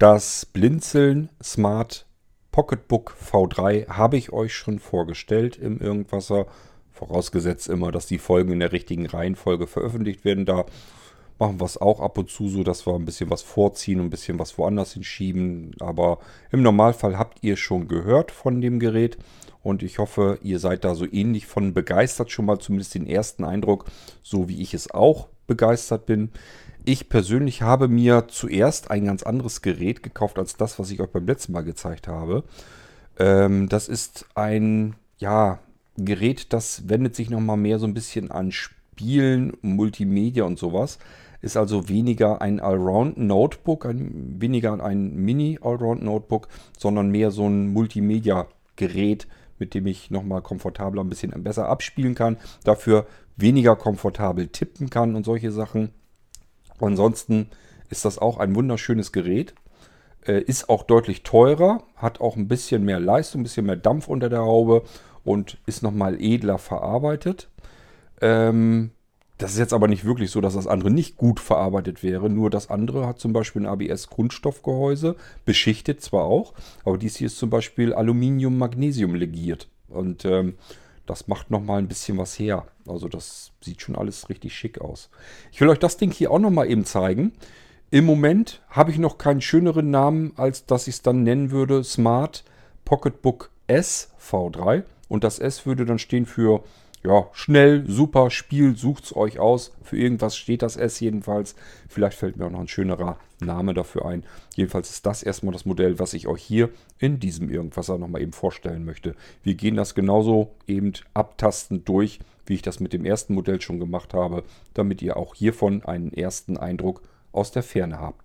Das Blinzeln Smart Pocketbook V3 habe ich euch schon vorgestellt im Irgendwasser. Vorausgesetzt immer, dass die Folgen in der richtigen Reihenfolge veröffentlicht werden. Da machen wir es auch ab und zu so, dass wir ein bisschen was vorziehen und ein bisschen was woanders hinschieben. Aber im Normalfall habt ihr schon gehört von dem Gerät. Und ich hoffe, ihr seid da so ähnlich von begeistert. Schon mal zumindest den ersten Eindruck, so wie ich es auch begeistert bin. Ich persönlich habe mir zuerst ein ganz anderes Gerät gekauft als das, was ich euch beim letzten Mal gezeigt habe. Das ist ein, ja, Gerät, das wendet sich nochmal mehr so ein bisschen an Spielen, Multimedia und sowas. Ist also weniger ein Allround-Notebook, weniger ein Mini-Allround-Notebook, sondern mehr so ein Multimedia-Gerät, mit dem ich nochmal komfortabler ein bisschen besser abspielen kann. Dafür weniger komfortabel tippen kann und solche Sachen. Ansonsten ist das auch ein wunderschönes Gerät. Ist auch deutlich teurer, hat auch ein bisschen mehr Leistung, ein bisschen mehr Dampf unter der Haube und ist nochmal edler verarbeitet. Das ist jetzt aber nicht wirklich so, dass das andere nicht gut verarbeitet wäre. Nur das andere hat zum Beispiel ein ABS-Kunststoffgehäuse, beschichtet zwar auch, aber dies hier ist zum Beispiel Aluminium-Magnesium legiert. Und das macht nochmal ein bisschen was her. Also das sieht schon alles richtig schick aus. Ich will euch das Ding hier auch nochmal eben zeigen. Im Moment habe ich noch keinen schöneren Namen, als dass ich es dann nennen würde Smart Pocketbook S V3. Und das S würde dann stehen für, ja, schnell, super, Spiel, sucht's euch aus. Für irgendwas steht das S jedenfalls. Vielleicht fällt mir auch noch ein schönerer Name dafür ein. Jedenfalls ist das erstmal das Modell, was ich euch hier in diesem Irgendwasser nochmal eben vorstellen möchte. Wir gehen das genauso eben abtastend durch, wie ich das mit dem ersten Modell schon gemacht habe, damit ihr auch hiervon einen ersten Eindruck aus der Ferne habt.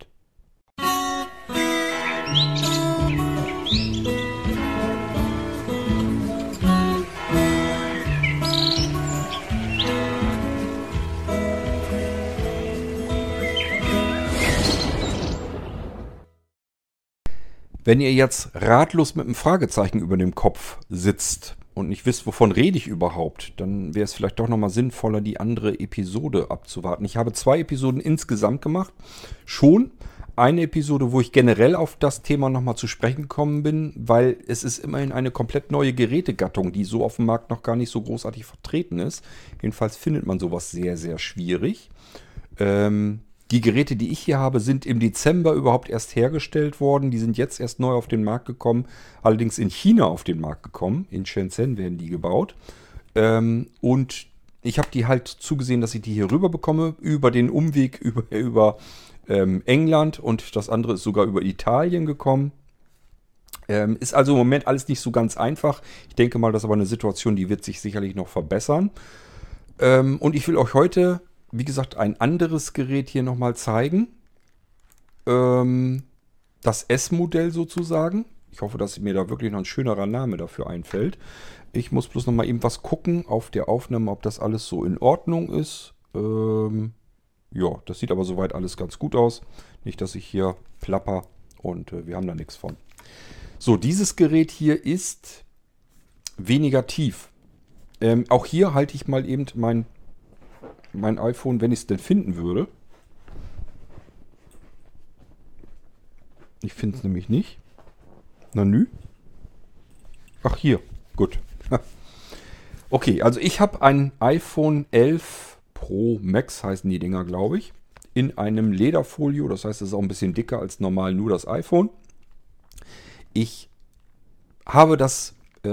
Wenn ihr jetzt ratlos mit einem Fragezeichen über dem Kopf sitzt und nicht wisst, wovon rede ich überhaupt, dann wäre es vielleicht doch nochmal sinnvoller, die andere Episode abzuwarten. Ich habe 2 Episoden insgesamt gemacht. Schon eine Episode, wo ich generell auf das Thema nochmal zu sprechen gekommen bin, weil es ist immerhin eine komplett neue Gerätegattung, die so auf dem Markt noch gar nicht so großartig vertreten ist. Jedenfalls findet man sowas sehr, sehr schwierig. Die Geräte, die ich hier habe, sind im Dezember überhaupt erst hergestellt worden. Die sind jetzt erst neu auf den Markt gekommen. Allerdings in China auf den Markt gekommen. In Shenzhen werden die gebaut. Und ich habe die halt zugesehen, dass ich die hier rüber bekomme. Über den Umweg über England. Und das andere ist sogar über Italien gekommen. Ist also im Moment alles nicht so ganz einfach. Ich denke mal, das ist aber eine Situation, die wird sich sicherlich noch verbessern. Und ich will euch heute, wie gesagt, ein anderes Gerät hier nochmal zeigen. Das S-Modell sozusagen. Ich hoffe, dass mir da wirklich noch ein schönerer Name dafür einfällt. Ich muss bloß nochmal eben was gucken auf der Aufnahme, ob das alles so in Ordnung ist. Ja, das sieht aber soweit alles ganz gut aus. Nicht, dass ich hier plapper und wir haben da nichts von. So, dieses Gerät hier ist weniger tief. Auch hier halte ich mal eben mein iPhone, wenn ich es denn finden würde. Ich finde es nämlich nicht. Na nü. Ach, hier. Gut. Okay, also ich habe ein iPhone 11 Pro Max, heißen die Dinger, glaube ich. In einem Lederfolio. Das heißt, es ist auch ein bisschen dicker als normal nur das iPhone. Ich habe das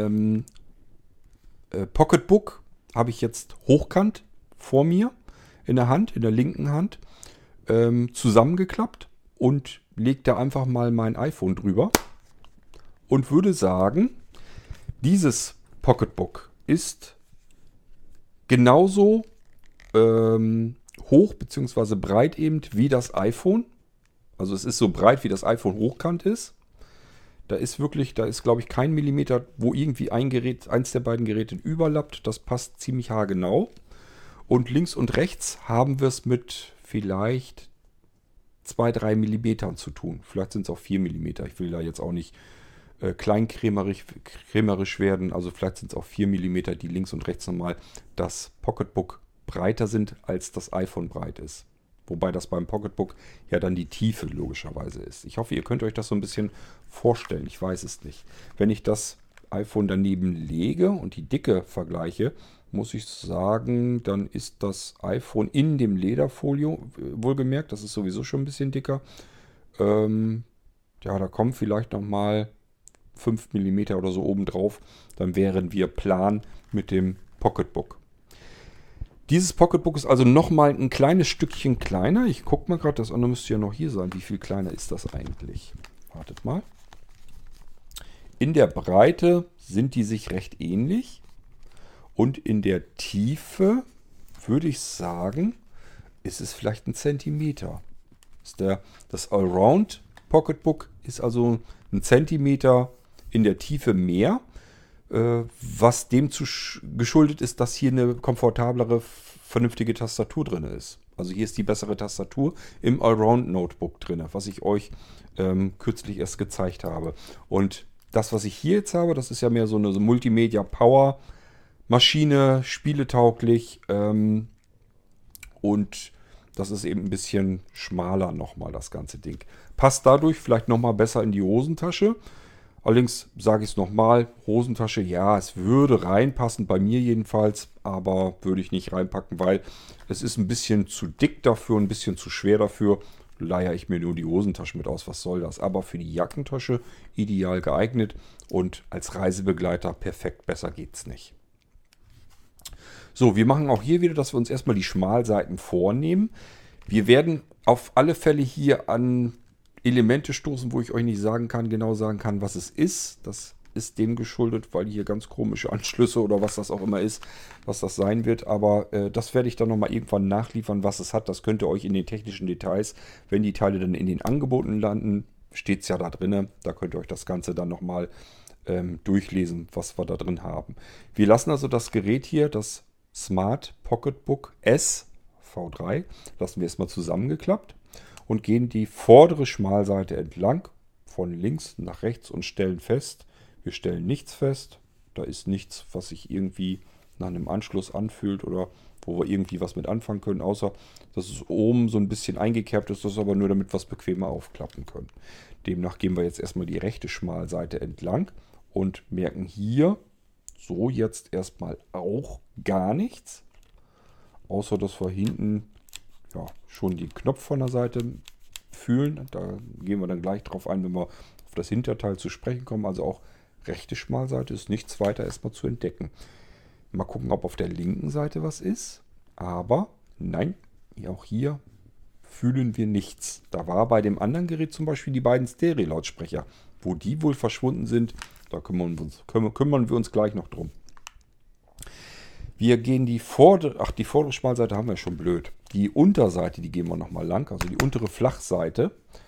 Pocketbook habe ich jetzt hochkant vor mir in der Hand, in der linken Hand, zusammengeklappt und lege da einfach mal mein iPhone drüber und würde sagen, dieses Pocketbook ist genauso hoch bzw. breit eben wie das iPhone. Also es ist so breit, wie das iPhone hochkant ist. Da ist glaube ich kein Millimeter, wo irgendwie eins der beiden Geräte überlappt. Das passt ziemlich haargenau. Und links und rechts haben wir es mit vielleicht 2-3 Millimetern zu tun. Vielleicht sind es auch 4 Millimeter. Ich will da jetzt auch nicht kleinkrämerisch werden. Also vielleicht sind es auch 4 Millimeter, die links und rechts nochmal das Pocketbook breiter sind, als das iPhone breit ist. Wobei das beim Pocketbook ja dann die Tiefe logischerweise ist. Ich hoffe, ihr könnt euch das so ein bisschen vorstellen. Ich weiß es nicht. Wenn ich das iPhone daneben lege und die Dicke vergleiche, muss ich sagen, dann ist das iPhone in dem Lederfolio, wohlgemerkt, das ist sowieso schon ein bisschen dicker. Ja, da kommen vielleicht nochmal 5 mm oder so oben drauf. Dann wären wir plan mit dem Pocketbook. Dieses Pocketbook ist also nochmal ein kleines Stückchen kleiner. Ich gucke mal gerade, das andere müsste ja noch hier sein. Wie viel kleiner ist das eigentlich? Wartet mal. In der Breite sind die sich recht ähnlich. Und in der Tiefe würde ich sagen, ist es vielleicht ein Zentimeter. Das Allround Pocketbook ist also ein Zentimeter in der Tiefe mehr. Was dem geschuldet ist, dass hier eine komfortablere, vernünftige Tastatur drin ist. Also hier ist die bessere Tastatur im Allround Notebook drin, was ich euch kürzlich erst gezeigt habe. Und das, was ich hier jetzt habe, das ist ja mehr so eine Multimedia Power Maschine, spieletauglich und das ist eben ein bisschen schmaler nochmal, das ganze Ding. Passt dadurch vielleicht nochmal besser in die Hosentasche. Allerdings sage ich es nochmal, Hosentasche, ja, es würde reinpassen, bei mir jedenfalls, aber würde ich nicht reinpacken, weil es ist ein bisschen zu dick dafür, ein bisschen zu schwer dafür. Leihe ich mir nur die Hosentasche mit aus, was soll das? Aber für die Jackentasche ideal geeignet und als Reisebegleiter perfekt, besser geht's nicht. So, wir machen auch hier wieder, dass wir uns erstmal die Schmalseiten vornehmen. Wir werden auf alle Fälle hier an Elemente stoßen, wo ich euch nicht genau sagen kann, was es ist. Das ist dem geschuldet, weil hier ganz komische Anschlüsse oder was das auch immer ist, was das sein wird. Aber das werde ich dann nochmal irgendwann nachliefern, was es hat. Das könnt ihr euch in den technischen Details, wenn die Teile dann in den Angeboten landen, steht es ja da drin. Da könnt ihr euch das Ganze dann nochmal durchlesen, was wir da drin haben. Wir lassen also das Gerät hier, das Smart Pocketbook S V3, lassen wir erstmal zusammengeklappt und gehen die vordere Schmalseite entlang, von links nach rechts und stellen fest, wir stellen nichts fest, da ist nichts, was sich irgendwie nach einem Anschluss anfühlt oder wo wir irgendwie was mit anfangen können, außer dass es oben so ein bisschen eingekerbt ist, das aber nur damit wir es bequemer aufklappen können. Demnach gehen wir jetzt erstmal die rechte Schmalseite entlang und merken hier so jetzt erstmal auch gar nichts, außer dass wir hinten ja, schon den Knopf von der Seite fühlen. Da gehen wir dann gleich drauf ein, wenn wir auf das Hinterteil zu sprechen kommen. Also auch rechte Schmalseite ist nichts weiter erstmal zu entdecken. Mal gucken, ob auf der linken Seite was ist. Aber nein, auch hier fühlen wir nichts. Da war bei dem anderen Gerät zum Beispiel die beiden Stereo-Lautsprecher. Wo die wohl verschwunden sind, da kümmern wir uns gleich noch drum. Wir gehen die vordere Schmalseite haben wir schon blöd. Die Unterseite, die gehen wir nochmal lang, also die untere Flachseite.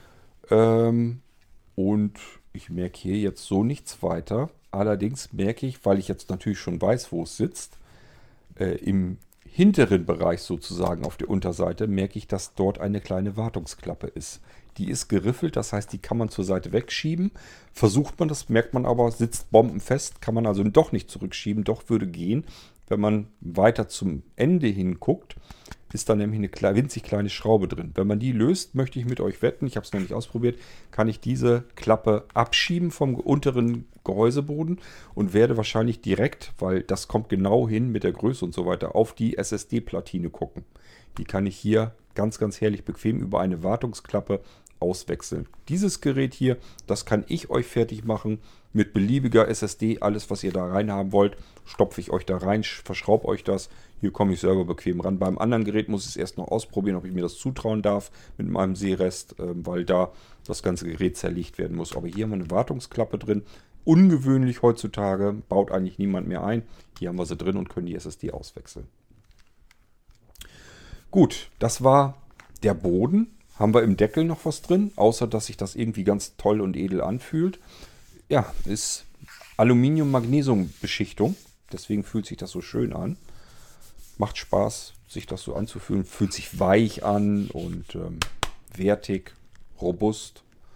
Und ich merke hier jetzt so nichts weiter. Allerdings merke ich, weil ich jetzt natürlich schon weiß, wo es sitzt, im hinteren Bereich sozusagen auf der Unterseite, merke ich, dass dort eine kleine Wartungsklappe ist. Die ist geriffelt, das heißt, die kann man zur Seite wegschieben. Versucht man das, merkt man aber, sitzt bombenfest, kann man also doch nicht zurückschieben, doch würde gehen. Wenn man weiter zum Ende hin guckt, ist da nämlich eine winzig kleine Schraube drin. Wenn man die löst, möchte ich mit euch wetten, ich habe es noch nicht ausprobiert, kann ich diese Klappe abschieben vom unteren Gehäuseboden und werde wahrscheinlich direkt, weil das kommt genau hin mit der Größe und so weiter, auf die SSD-Platine gucken. Die kann ich hier ganz, ganz herrlich bequem über eine Wartungsklappe auswechseln. Dieses Gerät hier, das kann ich euch fertig machen mit beliebiger SSD. Alles, was ihr da rein haben wollt, stopfe ich euch da rein, verschraube euch das. Hier komme ich selber bequem ran. Beim anderen Gerät muss ich es erst noch ausprobieren, ob ich mir das zutrauen darf mit meinem Seerest, weil da das ganze Gerät zerlegt werden muss. Aber hier haben wir eine Wartungsklappe drin. Ungewöhnlich heutzutage, baut eigentlich niemand mehr ein. Hier haben wir sie drin und können die SSD auswechseln. Gut, das war der Boden. Haben wir im Deckel noch was drin, außer dass sich das irgendwie ganz toll und edel anfühlt. Ja, ist Aluminium-Magnesium-Beschichtung. Deswegen fühlt sich das so schön an. Macht Spaß, sich das so anzufühlen. Fühlt sich weich an und wertig, robust.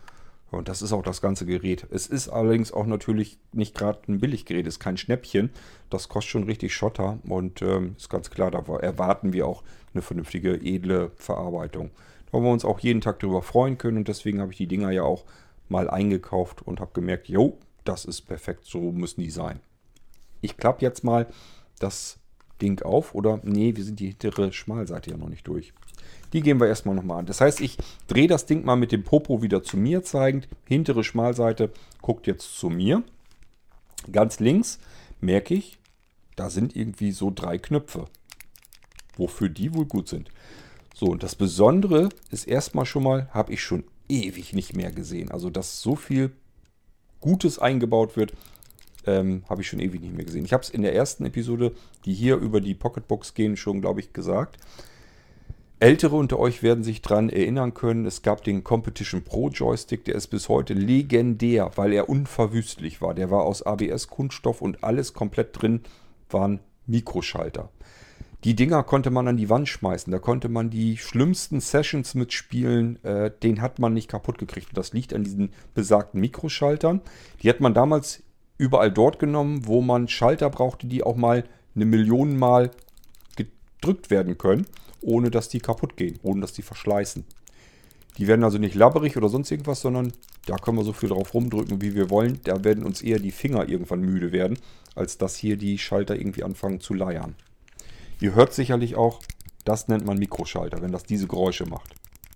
Und das ist auch das ganze Gerät. Es ist allerdings auch natürlich nicht gerade ein Billiggerät, ist kein Schnäppchen. Das kostet schon richtig Schotter und ist ganz klar, da erwarten wir auch eine vernünftige, edle Verarbeitung. Da wollen wir uns auch jeden Tag drüber freuen können und deswegen habe ich die Dinger ja auch mal eingekauft und habe gemerkt, jo, das ist perfekt, so müssen die sein. Ich klappe jetzt mal das Ding auf oder nee, wir sind die hintere Schmalseite ja noch nicht durch. Die gehen wir erstmal nochmal an. Das heißt, ich drehe das Ding mal mit dem Popo wieder zu mir zeigend. Hintere Schmalseite guckt jetzt zu mir. Ganz links merke ich, da sind irgendwie so 3 Knöpfe. Wofür die wohl gut sind. So, und das Besondere ist erstmal schon mal, habe ich schon ewig nicht mehr gesehen. Also, dass so viel Gutes eingebaut wird, habe ich schon ewig nicht mehr gesehen. Ich habe es in der ersten Episode, die hier über die Pocketbox gehen, schon, glaube ich, gesagt. Ältere unter euch werden sich dran erinnern können, es gab den Competition Pro Joystick, der ist bis heute legendär, weil er unverwüstlich war. Der war aus ABS-Kunststoff und alles komplett drin waren Mikroschalter. Die Dinger konnte man an die Wand schmeißen, da konnte man die schlimmsten Sessions mitspielen, den hat man nicht kaputt gekriegt. Und das liegt an diesen besagten Mikroschaltern. Die hat man damals überall dort genommen, wo man Schalter brauchte, die auch mal 1 Million Mal gedrückt werden können, ohne dass die kaputt gehen, ohne dass die verschleißen. Die werden also nicht labberig oder sonst irgendwas, sondern da können wir so viel drauf rumdrücken, wie wir wollen. Da werden uns eher die Finger irgendwann müde werden, als dass hier die Schalter irgendwie anfangen zu leiern. Ihr hört sicherlich auch, das nennt man Mikroschalter, wenn das diese Geräusche macht.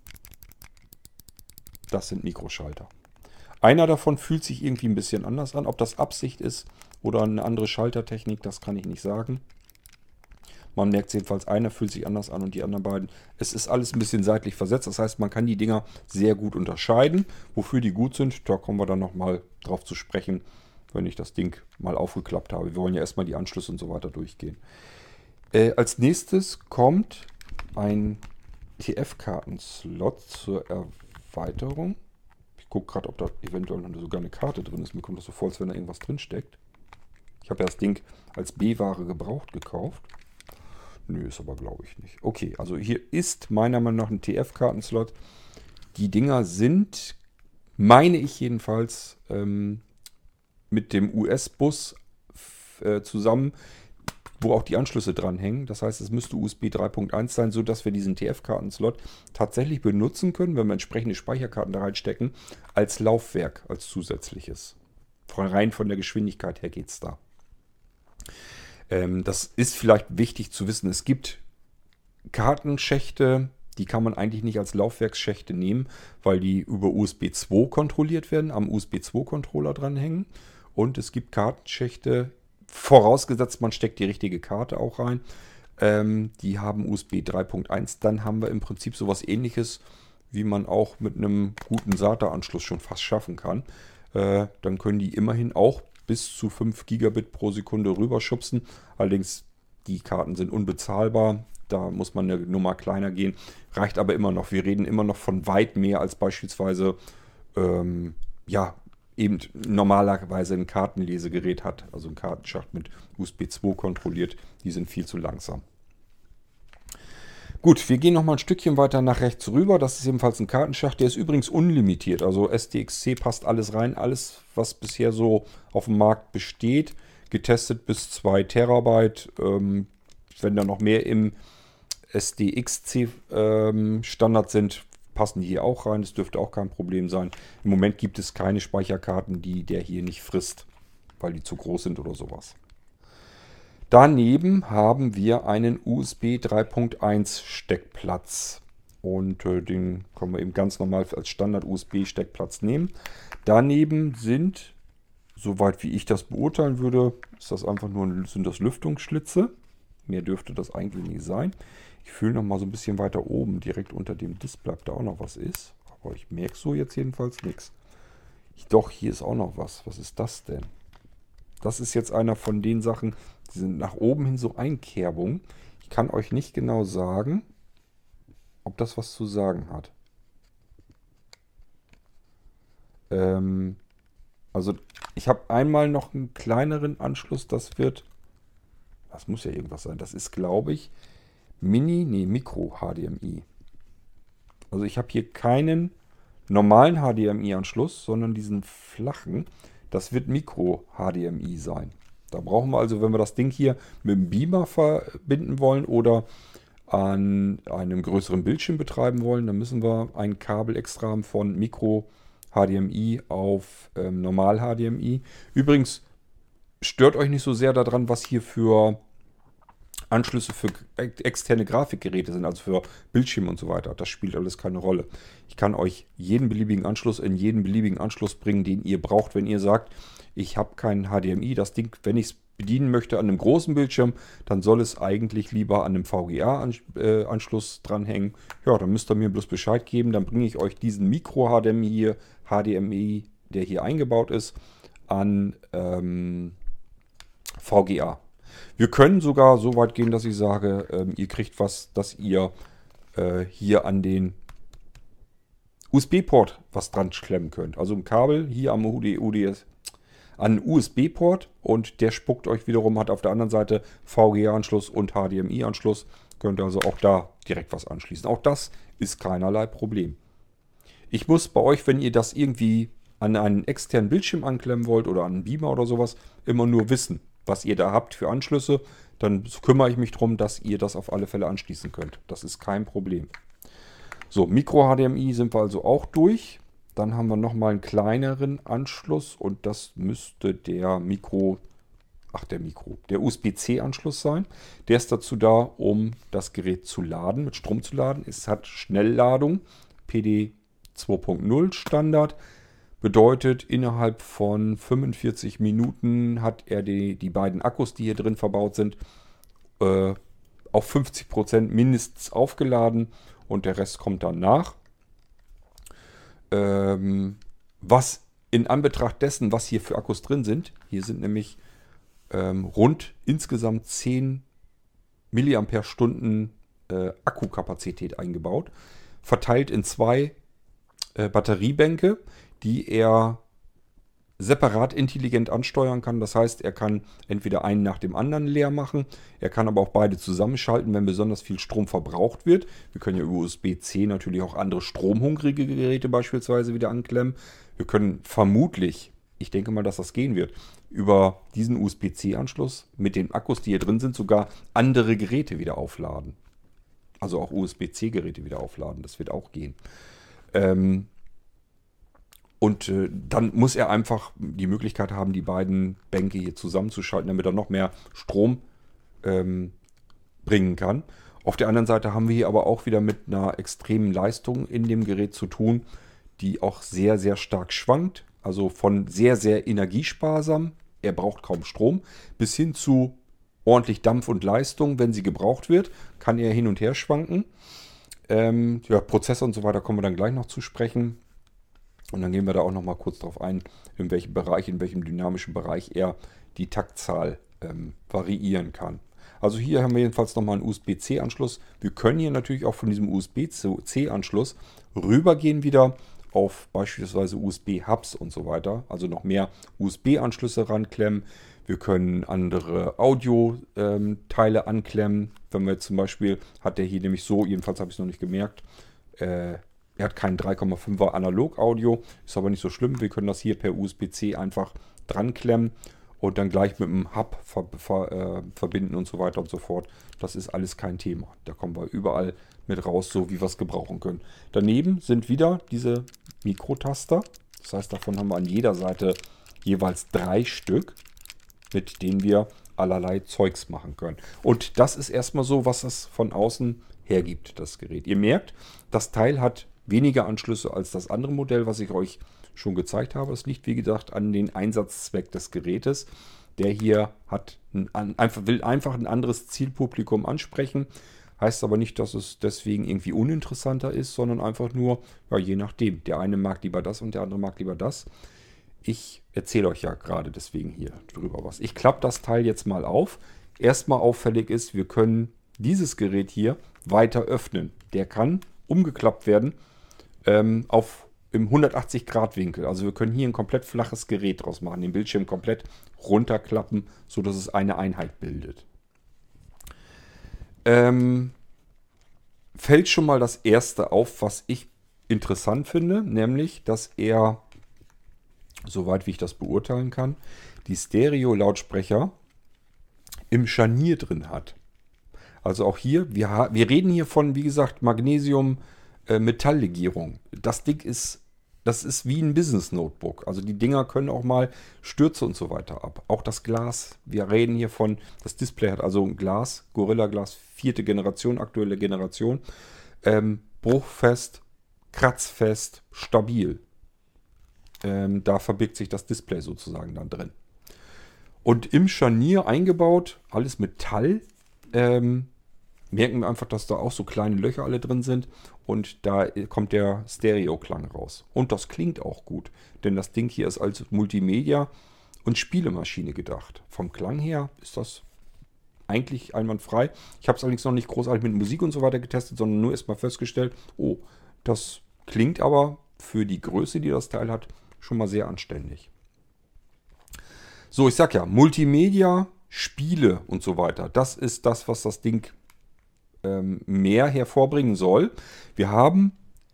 Das sind Mikroschalter. Einer davon fühlt sich irgendwie ein bisschen anders an. Ob das Absicht ist oder eine andere Schaltertechnik, das kann ich nicht sagen. Man merkt jedenfalls, einer fühlt sich anders an und die anderen beiden. Es ist alles ein bisschen seitlich versetzt. Das heißt, man kann die Dinger sehr gut unterscheiden. Wofür die gut sind, da kommen wir dann nochmal drauf zu sprechen, wenn ich das Ding mal aufgeklappt habe. Wir wollen ja erstmal die Anschlüsse und so weiter durchgehen. Als nächstes kommt ein TF-Karten-Slot zur Erweiterung. Ich gucke gerade, ob da eventuell noch sogar eine Karte drin ist. Mir kommt das so vor, als wenn da irgendwas drin steckt. Ich habe ja das Ding als B-Ware gebraucht gekauft. Nö, ist aber glaube ich nicht. Okay, also hier ist meiner Meinung nach ein TF-Kartenslot. Die Dinger sind, meine ich jedenfalls, mit dem US-Bus zusammen, wo auch die Anschlüsse dranhängen. Das heißt, es müsste USB 3.1 sein, sodass wir diesen TF-Kartenslot tatsächlich benutzen können, wenn wir entsprechende Speicherkarten da reinstecken, als Laufwerk, als zusätzliches. Rein von der Geschwindigkeit her geht es da. Das ist vielleicht wichtig zu wissen. Es gibt Kartenschächte, die kann man eigentlich nicht als Laufwerksschächte nehmen, weil die über USB 2 kontrolliert werden, am USB 2 Controller dranhängen. Und es gibt Kartenschächte, vorausgesetzt man steckt die richtige Karte auch rein, die haben USB 3.1. Dann haben wir im Prinzip sowas Ähnliches, wie man auch mit einem guten SATA-Anschluss schon fast schaffen kann. Dann können die immerhin auch bis zu 5 Gigabit pro Sekunde rüberschubsen. Allerdings, die Karten sind unbezahlbar. Da muss man eine Nummer kleiner gehen. Reicht aber immer noch. Wir reden immer noch von weit mehr als beispielsweise eben normalerweise ein Kartenlesegerät hat. Also ein Kartenschacht mit USB 2 kontrolliert. Die sind viel zu langsam. Gut, wir gehen noch mal ein Stückchen weiter nach rechts rüber. Das ist ebenfalls ein Kartenschacht. Der ist übrigens unlimitiert. Also STXC passt alles rein. Alles, was bisher so auf dem Markt besteht. Getestet bis 2 Terabyte. Wenn da noch mehr im SDXC Standard sind, passen die hier auch rein. Das dürfte auch kein Problem sein. Im Moment gibt es keine Speicherkarten, die der hier nicht frisst, weil die zu groß sind oder sowas. Daneben haben wir einen USB 3.1 Steckplatz und den können wir eben ganz normal als Standard-USB-Steckplatz nehmen. Daneben sind, soweit wie ich das beurteilen würde, sind das Lüftungsschlitze. Mehr dürfte das eigentlich nicht sein. Ich fühle noch mal so ein bisschen weiter oben, direkt unter dem Display, ob da auch noch was ist. Aber ich merke so jetzt jedenfalls nichts. Doch, hier ist auch noch was. Was ist das denn? Das ist jetzt einer von den Sachen, die sind nach oben hin so Einkerbungen. Ich kann euch nicht genau sagen, ob das was zu sagen hat. Also ich habe einmal noch einen kleineren Anschluss, das muss ja irgendwas sein. Das ist, glaube ich, Micro HDMI. Also ich habe hier keinen normalen HDMI-Anschluss, sondern diesen flachen. Das wird Micro-HDMI sein. Da brauchen wir also, wenn wir das Ding hier mit dem Beamer verbinden wollen oder an einem größeren Bildschirm betreiben wollen, dann müssen wir ein Kabel extra haben von Micro-HDMI auf Normal-HDMI. Übrigens, stört euch nicht so sehr daran, was hier für Anschlüsse für externe Grafikgeräte sind, also für Bildschirme und so weiter. Das spielt alles keine Rolle. Ich kann euch jeden beliebigen Anschluss in jeden beliebigen Anschluss bringen, den ihr braucht, wenn ihr sagt, ich habe keinen HDMI. Das Ding, wenn ich es bedienen möchte an einem großen Bildschirm, dann soll es eigentlich lieber an einem VGA-Anschluss dranhängen. Ja, dann müsst ihr mir bloß Bescheid geben. Dann bringe ich euch diesen Micro-HDMI hier, HDMI, der hier eingebaut ist, an VGA. Wir können sogar so weit gehen, dass ich sage, ihr kriegt was, dass ihr hier an den USB-Port was dran klemmen könnt. Also ein Kabel hier am UDS an USB-Port und der spuckt euch wiederum, hat auf der anderen Seite VGA-Anschluss und HDMI-Anschluss. Könnt ihr also auch da direkt was anschließen. Auch das ist keinerlei Problem. Ich muss bei euch, wenn ihr das irgendwie an einen externen Bildschirm anklemmen wollt oder an einen Beamer oder sowas, immer nur wissen, was ihr da habt für Anschlüsse. Dann kümmere ich mich darum, dass ihr das auf alle Fälle anschließen könnt. Das ist kein Problem. So, Micro-HDMI sind wir also auch durch. Dann haben wir nochmal einen kleineren Anschluss und das müsste der USB-C-Anschluss sein. Der ist dazu da, um das Gerät zu laden, mit Strom zu laden. Es hat Schnellladung, PD 2.0 Standard. Bedeutet, innerhalb von 45 Minuten hat er die beiden Akkus, die hier drin verbaut sind, auf 50% mindestens aufgeladen und der Rest kommt dann nach. Was in Anbetracht dessen, was hier für Akkus drin sind, hier sind nämlich rund insgesamt 10 mAh Akkukapazität eingebaut, verteilt in zwei Batteriebänke, die er separat intelligent ansteuern kann. Das heißt, er kann entweder einen nach dem anderen leer machen, er kann aber auch beide zusammenschalten, wenn besonders viel Strom verbraucht wird. Wir können ja über USB-C natürlich auch andere stromhungrige Geräte beispielsweise wieder anklemmen. Wir können vermutlich, ich denke mal, dass das gehen wird, über diesen USB-C-Anschluss mit den Akkus, die hier drin sind, sogar andere Geräte wieder aufladen. Also auch USB-C-Geräte wieder aufladen. Das wird auch gehen. Und dann muss er einfach die Möglichkeit haben, die beiden Bänke hier zusammenzuschalten, damit er noch mehr Strom bringen kann. Auf der anderen Seite haben wir hier aber auch wieder mit einer extremen Leistung in dem Gerät zu tun, die auch sehr, sehr stark schwankt. Also von sehr, sehr energiesparsam, er braucht kaum Strom, bis hin zu ordentlich Dampf und Leistung, wenn sie gebraucht wird, kann er hin und her schwanken. Prozessor und so weiter kommen wir dann gleich noch zu sprechen. Und dann gehen wir da auch noch mal kurz drauf ein, in welchem Bereich, in welchem dynamischen Bereich er die Taktzahl variieren kann. Also hier haben wir jedenfalls nochmal einen USB-C-Anschluss. Wir können hier natürlich auch von diesem USB-C-Anschluss rübergehen wieder auf beispielsweise USB-Hubs und so weiter. Also noch mehr USB-Anschlüsse ranklemmen. Wir können andere Audio-Teile anklemmen. Wenn wir jetzt zum Beispiel, hat der hier nämlich so, jedenfalls habe ich es noch nicht gemerkt, er hat kein 3,5er Analog-Audio, ist aber nicht so schlimm. Wir können das hier per USB-C einfach dran klemmen und dann gleich mit dem Hub verbinden und so weiter und so fort. Das ist alles kein Thema. Da kommen wir überall mit raus, so wie wir es gebrauchen können. Daneben sind wieder diese Mikrotaster. Das heißt, davon haben wir an jeder Seite jeweils 3 Stück, mit denen wir allerlei Zeugs machen können. Und das ist erstmal so, was es von außen hergibt, das Gerät. Ihr merkt, das Teil hat weniger Anschlüsse als das andere Modell, was ich euch schon gezeigt habe. Es liegt, wie gesagt, an den Einsatzzweck des Gerätes. Der hier will einfach ein anderes Zielpublikum ansprechen. Heißt aber nicht, dass es deswegen irgendwie uninteressanter ist, sondern einfach nur, ja, je nachdem. Der eine mag lieber das und der andere mag lieber das. Ich erzähle euch ja gerade deswegen hier drüber was. Ich klappe das Teil jetzt mal auf. Erstmal auffällig ist, wir können dieses Gerät hier weiter öffnen. Der kann umgeklappt werden im 180-Grad-Winkel. Also wir können hier ein komplett flaches Gerät draus machen, den Bildschirm komplett runterklappen, sodass es eine Einheit bildet. Fällt schon mal das erste auf, was ich interessant finde, nämlich, dass er, soweit wie ich das beurteilen kann, die Stereo-Lautsprecher im Scharnier drin hat. Also auch hier, wir reden hier von, wie gesagt, Magnesium-Metalllegierung. Das ist wie ein Business-Notebook. Also die Dinger können auch mal Stürze und so weiter ab. Auch das Glas, wir reden hier von, das Display hat also ein Glas, Gorilla Glas, 4. Generation, aktuelle Generation. Bruchfest, kratzfest, stabil. Da verbirgt sich das Display sozusagen dann drin. Und im Scharnier eingebaut, alles Metall. Merken wir einfach, dass da auch so kleine Löcher alle drin sind. Und da kommt der Stereo-Klang raus. Und das klingt auch gut. Denn das Ding hier ist als Multimedia- und Spielemaschine gedacht. Vom Klang her ist das eigentlich einwandfrei. Ich habe es allerdings noch nicht großartig mit Musik und so weiter getestet, sondern nur erstmal festgestellt, oh, das klingt aber für die Größe, die das Teil hat, schon mal sehr anständig. So, ich sag ja, Multimedia, Spiele und so weiter. Das ist das, was das Ding mehr hervorbringen soll. Wir haben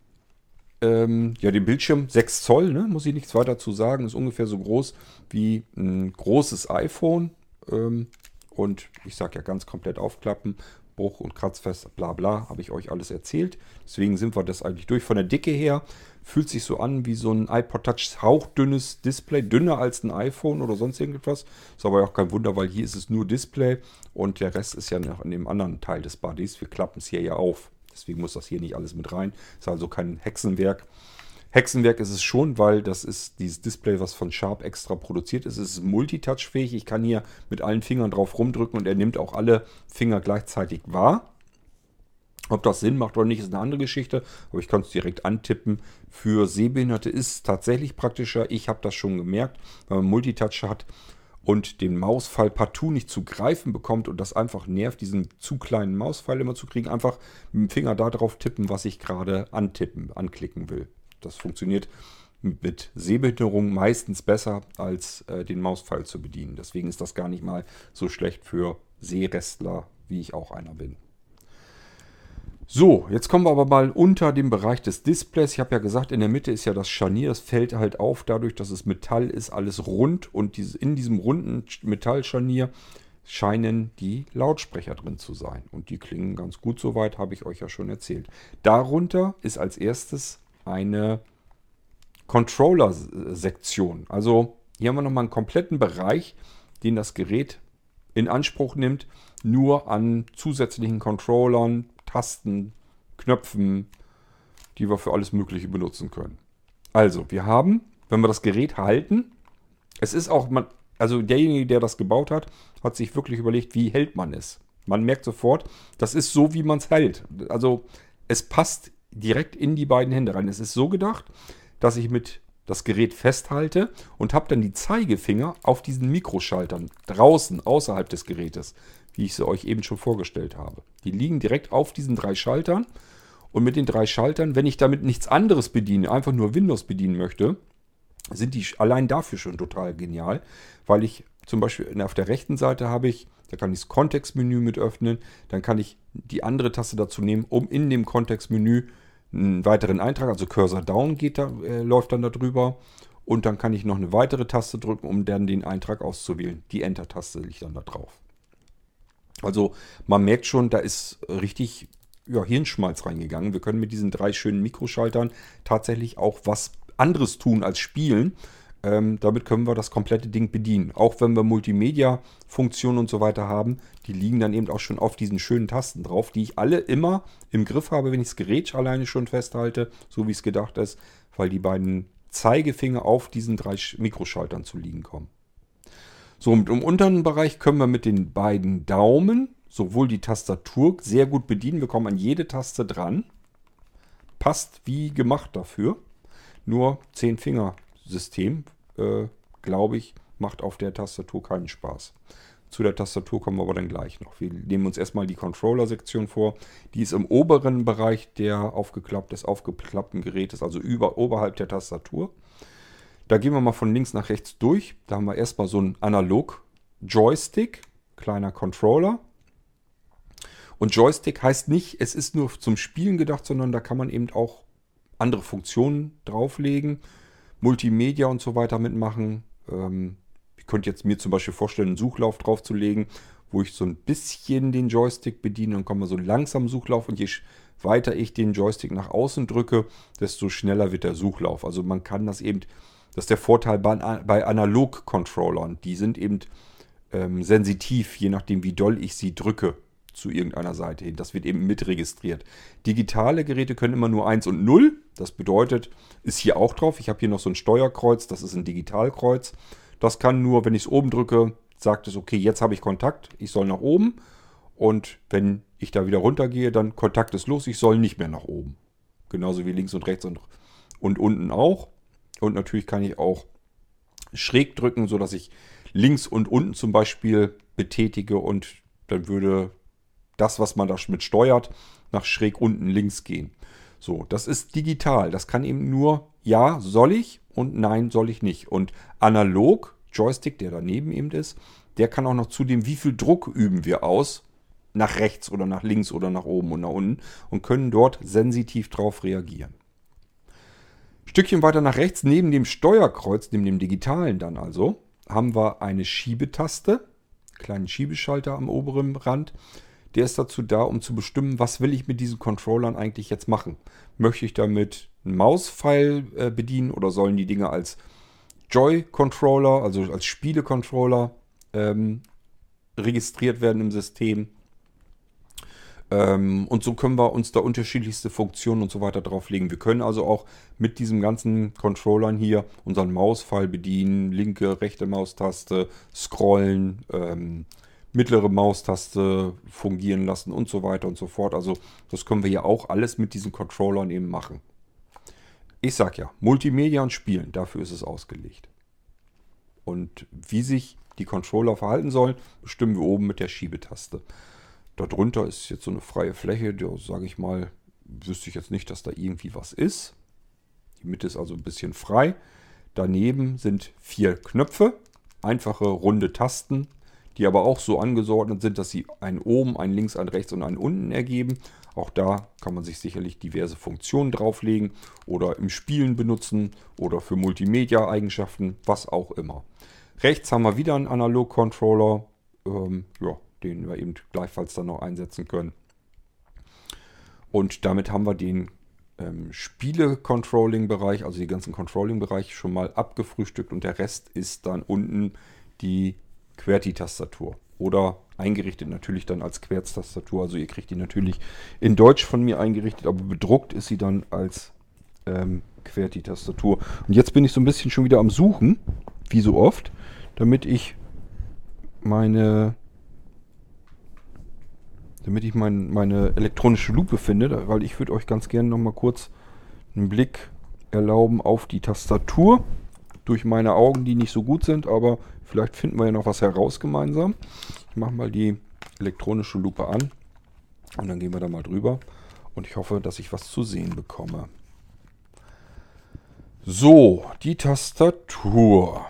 den Bildschirm 6 Zoll, ne? Muss ich nichts weiter zu sagen. Ist ungefähr so groß wie ein großes iPhone. Und ich sage ja ganz komplett aufklappen. Bruch- und Kratzfest, bla bla, habe ich euch alles erzählt. Deswegen sind wir das eigentlich durch. Von der Dicke her fühlt sich so an wie so ein iPod Touch, hauchdünnes Display, dünner als ein iPhone oder sonst irgendetwas. Ist aber auch kein Wunder, weil hier ist es nur Display und der Rest ist ja noch in dem anderen Teil des Buddies. Wir klappen es hier ja auf. Deswegen muss das hier nicht alles mit rein. Ist also kein Hexenwerk. Hexenwerk ist es schon, weil das ist dieses Display, was von Sharp extra produziert ist. Es ist multitouchfähig. Ich kann hier mit allen Fingern drauf rumdrücken und er nimmt auch alle Finger gleichzeitig wahr. Ob das Sinn macht oder nicht, ist eine andere Geschichte. Aber ich kann es direkt antippen. Für Sehbehinderte ist es tatsächlich praktischer. Ich habe das schon gemerkt, wenn man Multitouch hat und den Mauspfeil partout nicht zu greifen bekommt und das einfach nervt, diesen zu kleinen Mauspfeil immer zu kriegen. Einfach mit dem Finger da drauf tippen, was ich gerade anklicken will. Das funktioniert mit Sehbehinderung meistens besser, als den Mauspfeil zu bedienen. Deswegen ist das gar nicht mal so schlecht für Sehrestler, wie ich auch einer bin. So, jetzt kommen wir aber mal unter dem Bereich des Displays. Ich habe ja gesagt, in der Mitte ist ja das Scharnier. Das fällt halt auf, dadurch, dass es Metall ist, alles rund. Und in diesem runden Metallscharnier scheinen die Lautsprecher drin zu sein. Und die klingen ganz gut soweit, habe ich euch ja schon erzählt. Darunter ist als erstes eine Controller-Sektion. Also hier haben wir nochmal einen kompletten Bereich, den das Gerät in Anspruch nimmt, nur an zusätzlichen Controllern, Tasten, Knöpfen, die wir für alles Mögliche benutzen können. Also, wir haben, wenn wir das Gerät halten, es ist auch, also derjenige, der das gebaut hat, hat sich wirklich überlegt, wie hält man es. Man merkt sofort, das ist so, wie man es hält. Also, es passt direkt in die beiden Hände rein. Es ist so gedacht, dass ich mit das Gerät festhalte und habe dann die Zeigefinger auf diesen Mikroschaltern draußen, außerhalb des Gerätes, wie ich sie euch eben schon vorgestellt habe. Die liegen direkt auf diesen 3 Schaltern und mit den 3 Schaltern, wenn ich damit nichts anderes bediene, einfach nur Windows bedienen möchte, sind die allein dafür schon total genial, weil ich zum Beispiel auf der rechten Seite da kann ich das Kontextmenü mit öffnen, dann kann ich die andere Taste dazu nehmen, um in dem Kontextmenü einen weiteren Eintrag, also Cursor Down läuft dann da drüber und dann kann ich noch eine weitere Taste drücken, um dann den Eintrag auszuwählen. Die Enter-Taste liegt dann da drauf. Also man merkt schon, da ist richtig Hirnschmalz reingegangen. Wir können mit diesen 3 schönen Mikroschaltern tatsächlich auch was anderes tun als spielen. Damit können wir das komplette Ding bedienen. Auch wenn wir Multimedia-Funktionen und so weiter haben, die liegen dann eben auch schon auf diesen schönen Tasten drauf, die ich alle immer im Griff habe, wenn ich das Gerät alleine schon festhalte, so wie es gedacht ist, weil die beiden Zeigefinger auf diesen 3 Mikroschaltern zu liegen kommen. So, und im unteren Bereich können wir mit den beiden Daumen sowohl die Tastatur sehr gut bedienen. Wir kommen an jede Taste dran. Passt wie gemacht dafür. Nur 10-Finger-System, glaube ich, macht auf der Tastatur keinen Spaß. Zu der Tastatur kommen wir aber dann gleich noch. Wir nehmen uns erstmal die Controller-Sektion vor. Die ist im oberen Bereich des aufgeklappten Gerätes, also oberhalb der Tastatur. Da gehen wir mal von links nach rechts durch. Da haben wir erstmal so einen Analog-Joystick, kleiner Controller. Und Joystick heißt nicht, es ist nur zum Spielen gedacht, sondern da kann man eben auch andere Funktionen drauflegen, Multimedia und so weiter mitmachen. Ich könnte jetzt mir zum Beispiel vorstellen, einen Suchlauf draufzulegen, wo ich so ein bisschen den Joystick bediene und komme so langsam Suchlauf und je weiter ich den Joystick nach außen drücke, desto schneller wird der Suchlauf. Also man kann das eben, das ist der Vorteil bei Analog-Controllern. Die sind eben sensitiv, je nachdem wie doll ich sie drücke zu irgendeiner Seite hin. Das wird eben mitregistriert. Digitale Geräte können immer nur 1 und 0. Das bedeutet, ist hier auch drauf. Ich habe hier noch so ein Steuerkreuz, das ist ein Digitalkreuz. Das kann nur, wenn ich es oben drücke, sagt es, okay, jetzt habe ich Kontakt, ich soll nach oben. Und wenn ich da wieder runtergehe, dann Kontakt ist los, ich soll nicht mehr nach oben. Genauso wie links und rechts und unten auch. Und natürlich kann ich auch schräg drücken, sodass ich links und unten zum Beispiel betätige und dann würde das, was man damit steuert, nach schräg unten links gehen. So, das ist digital. Das kann eben nur ja, soll ich und nein, soll ich nicht. Und analog, Joystick, der daneben eben ist, der kann auch noch zudem, wie viel Druck üben wir aus, nach rechts oder nach links oder nach oben und nach unten und können dort sensitiv drauf reagieren. Stückchen weiter nach rechts, neben dem Steuerkreuz, neben dem digitalen dann also, haben wir eine Schiebetaste, kleinen Schiebeschalter am oberen Rand. Der ist dazu da, um zu bestimmen, was will ich mit diesen Controllern eigentlich jetzt machen. Möchte ich damit einen Mauspfeil bedienen oder sollen die Dinge als Joy-Controller, also als Spiele-Controller registriert werden im System. Und so können wir uns da unterschiedlichste Funktionen und so weiter drauflegen. Wir können also auch mit diesen ganzen Controllern hier unseren Mauspfeil bedienen, linke, rechte Maustaste, scrollen, mittlere Maustaste fungieren lassen und so weiter und so fort. Also das können wir hier auch alles mit diesen Controllern eben machen. Ich sag ja, Multimedia und Spielen, dafür ist es ausgelegt. Und wie sich die Controller verhalten sollen, bestimmen wir oben mit der Schiebetaste. Darunter ist jetzt so eine freie Fläche, da sage ich mal, wüsste ich jetzt nicht, dass da irgendwie was ist. Die Mitte ist also ein bisschen frei. Daneben sind 4 Knöpfe, einfache runde Tasten, die aber auch so angeordnet sind, dass sie einen oben, einen links, einen rechts und einen unten ergeben. Auch da kann man sich sicherlich diverse Funktionen drauflegen oder im Spielen benutzen oder für Multimedia-Eigenschaften, was auch immer. Rechts haben wir wieder einen Analog-Controller, den wir eben gleichfalls dann noch einsetzen können. Und damit haben wir den Spiele-Controlling-Bereich, also die ganzen Controlling-Bereiche schon mal abgefrühstückt und der Rest ist dann unten die QWERTY-Tastatur oder eingerichtet natürlich dann als Querztastatur. Also ihr kriegt die natürlich in Deutsch von mir eingerichtet, aber bedruckt ist sie dann als QWERTY-Tastatur. Und jetzt bin ich so ein bisschen schon wieder am Suchen, wie so oft, damit ich meine elektronische Lupe finde, weil ich würde euch ganz gerne noch mal kurz einen Blick erlauben auf die Tastatur. Durch meine Augen, die nicht so gut sind, aber vielleicht finden wir ja noch was heraus gemeinsam. Ich mache mal die elektronische Lupe an und dann gehen wir da mal drüber und ich hoffe, dass ich was zu sehen bekomme. So, die Tastatur.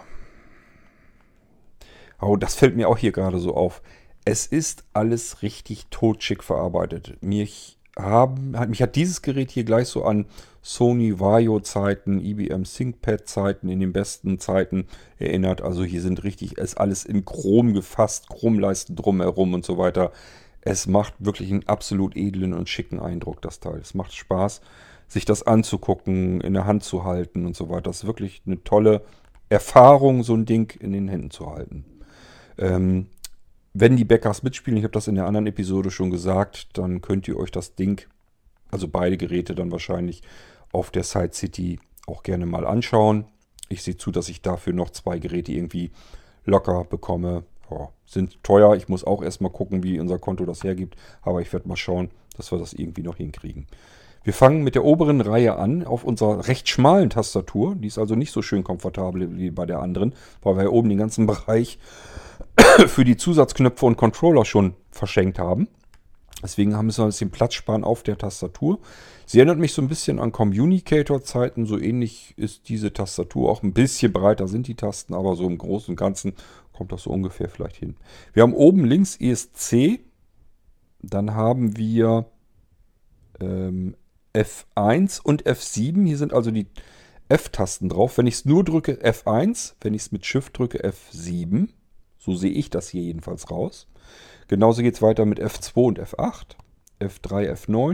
Oh, das fällt mir auch hier gerade so auf. Es ist alles richtig totschick verarbeitet. Mich hat dieses Gerät hier gleich so an Sony Vaio-Zeiten, IBM ThinkPad-Zeiten in den besten Zeiten erinnert. Also hier ist alles in Chrom gefasst, Chromleisten drumherum und so weiter. Es macht wirklich einen absolut edlen und schicken Eindruck, das Teil. Es macht Spaß, sich das anzugucken, in der Hand zu halten und so weiter. Das ist wirklich eine tolle Erfahrung, so ein Ding in den Händen zu halten. Wenn die Bäckers mitspielen, ich habe das in der anderen Episode schon gesagt, dann könnt ihr euch das Ding, also beide Geräte dann wahrscheinlich auf der Side City auch gerne mal anschauen. Ich sehe zu, dass ich dafür noch 2 Geräte irgendwie locker bekomme. Ja, sind teuer, ich muss auch erstmal gucken, wie unser Konto das hergibt, aber ich werde mal schauen, dass wir das irgendwie noch hinkriegen. Wir fangen mit der oberen Reihe an auf unserer recht schmalen Tastatur. Die ist also nicht so schön komfortabel wie bei der anderen, weil wir ja oben den ganzen Bereich für die Zusatzknöpfe und Controller schon verschenkt haben. Deswegen müssen wir ein bisschen Platz sparen auf der Tastatur. Sie erinnert mich so ein bisschen an Communicator-Zeiten. So ähnlich ist diese Tastatur. Auch ein bisschen breiter sind die Tasten, aber so im Großen und Ganzen kommt das so ungefähr vielleicht hin. Wir haben oben links ESC. Dann haben wir F1 und F7. Hier sind also die F-Tasten drauf. Wenn ich es nur drücke, F1. Wenn ich es mit Shift drücke, F7. So sehe ich das hier jedenfalls raus. Genauso geht es weiter mit F2 und F8. F3, F9.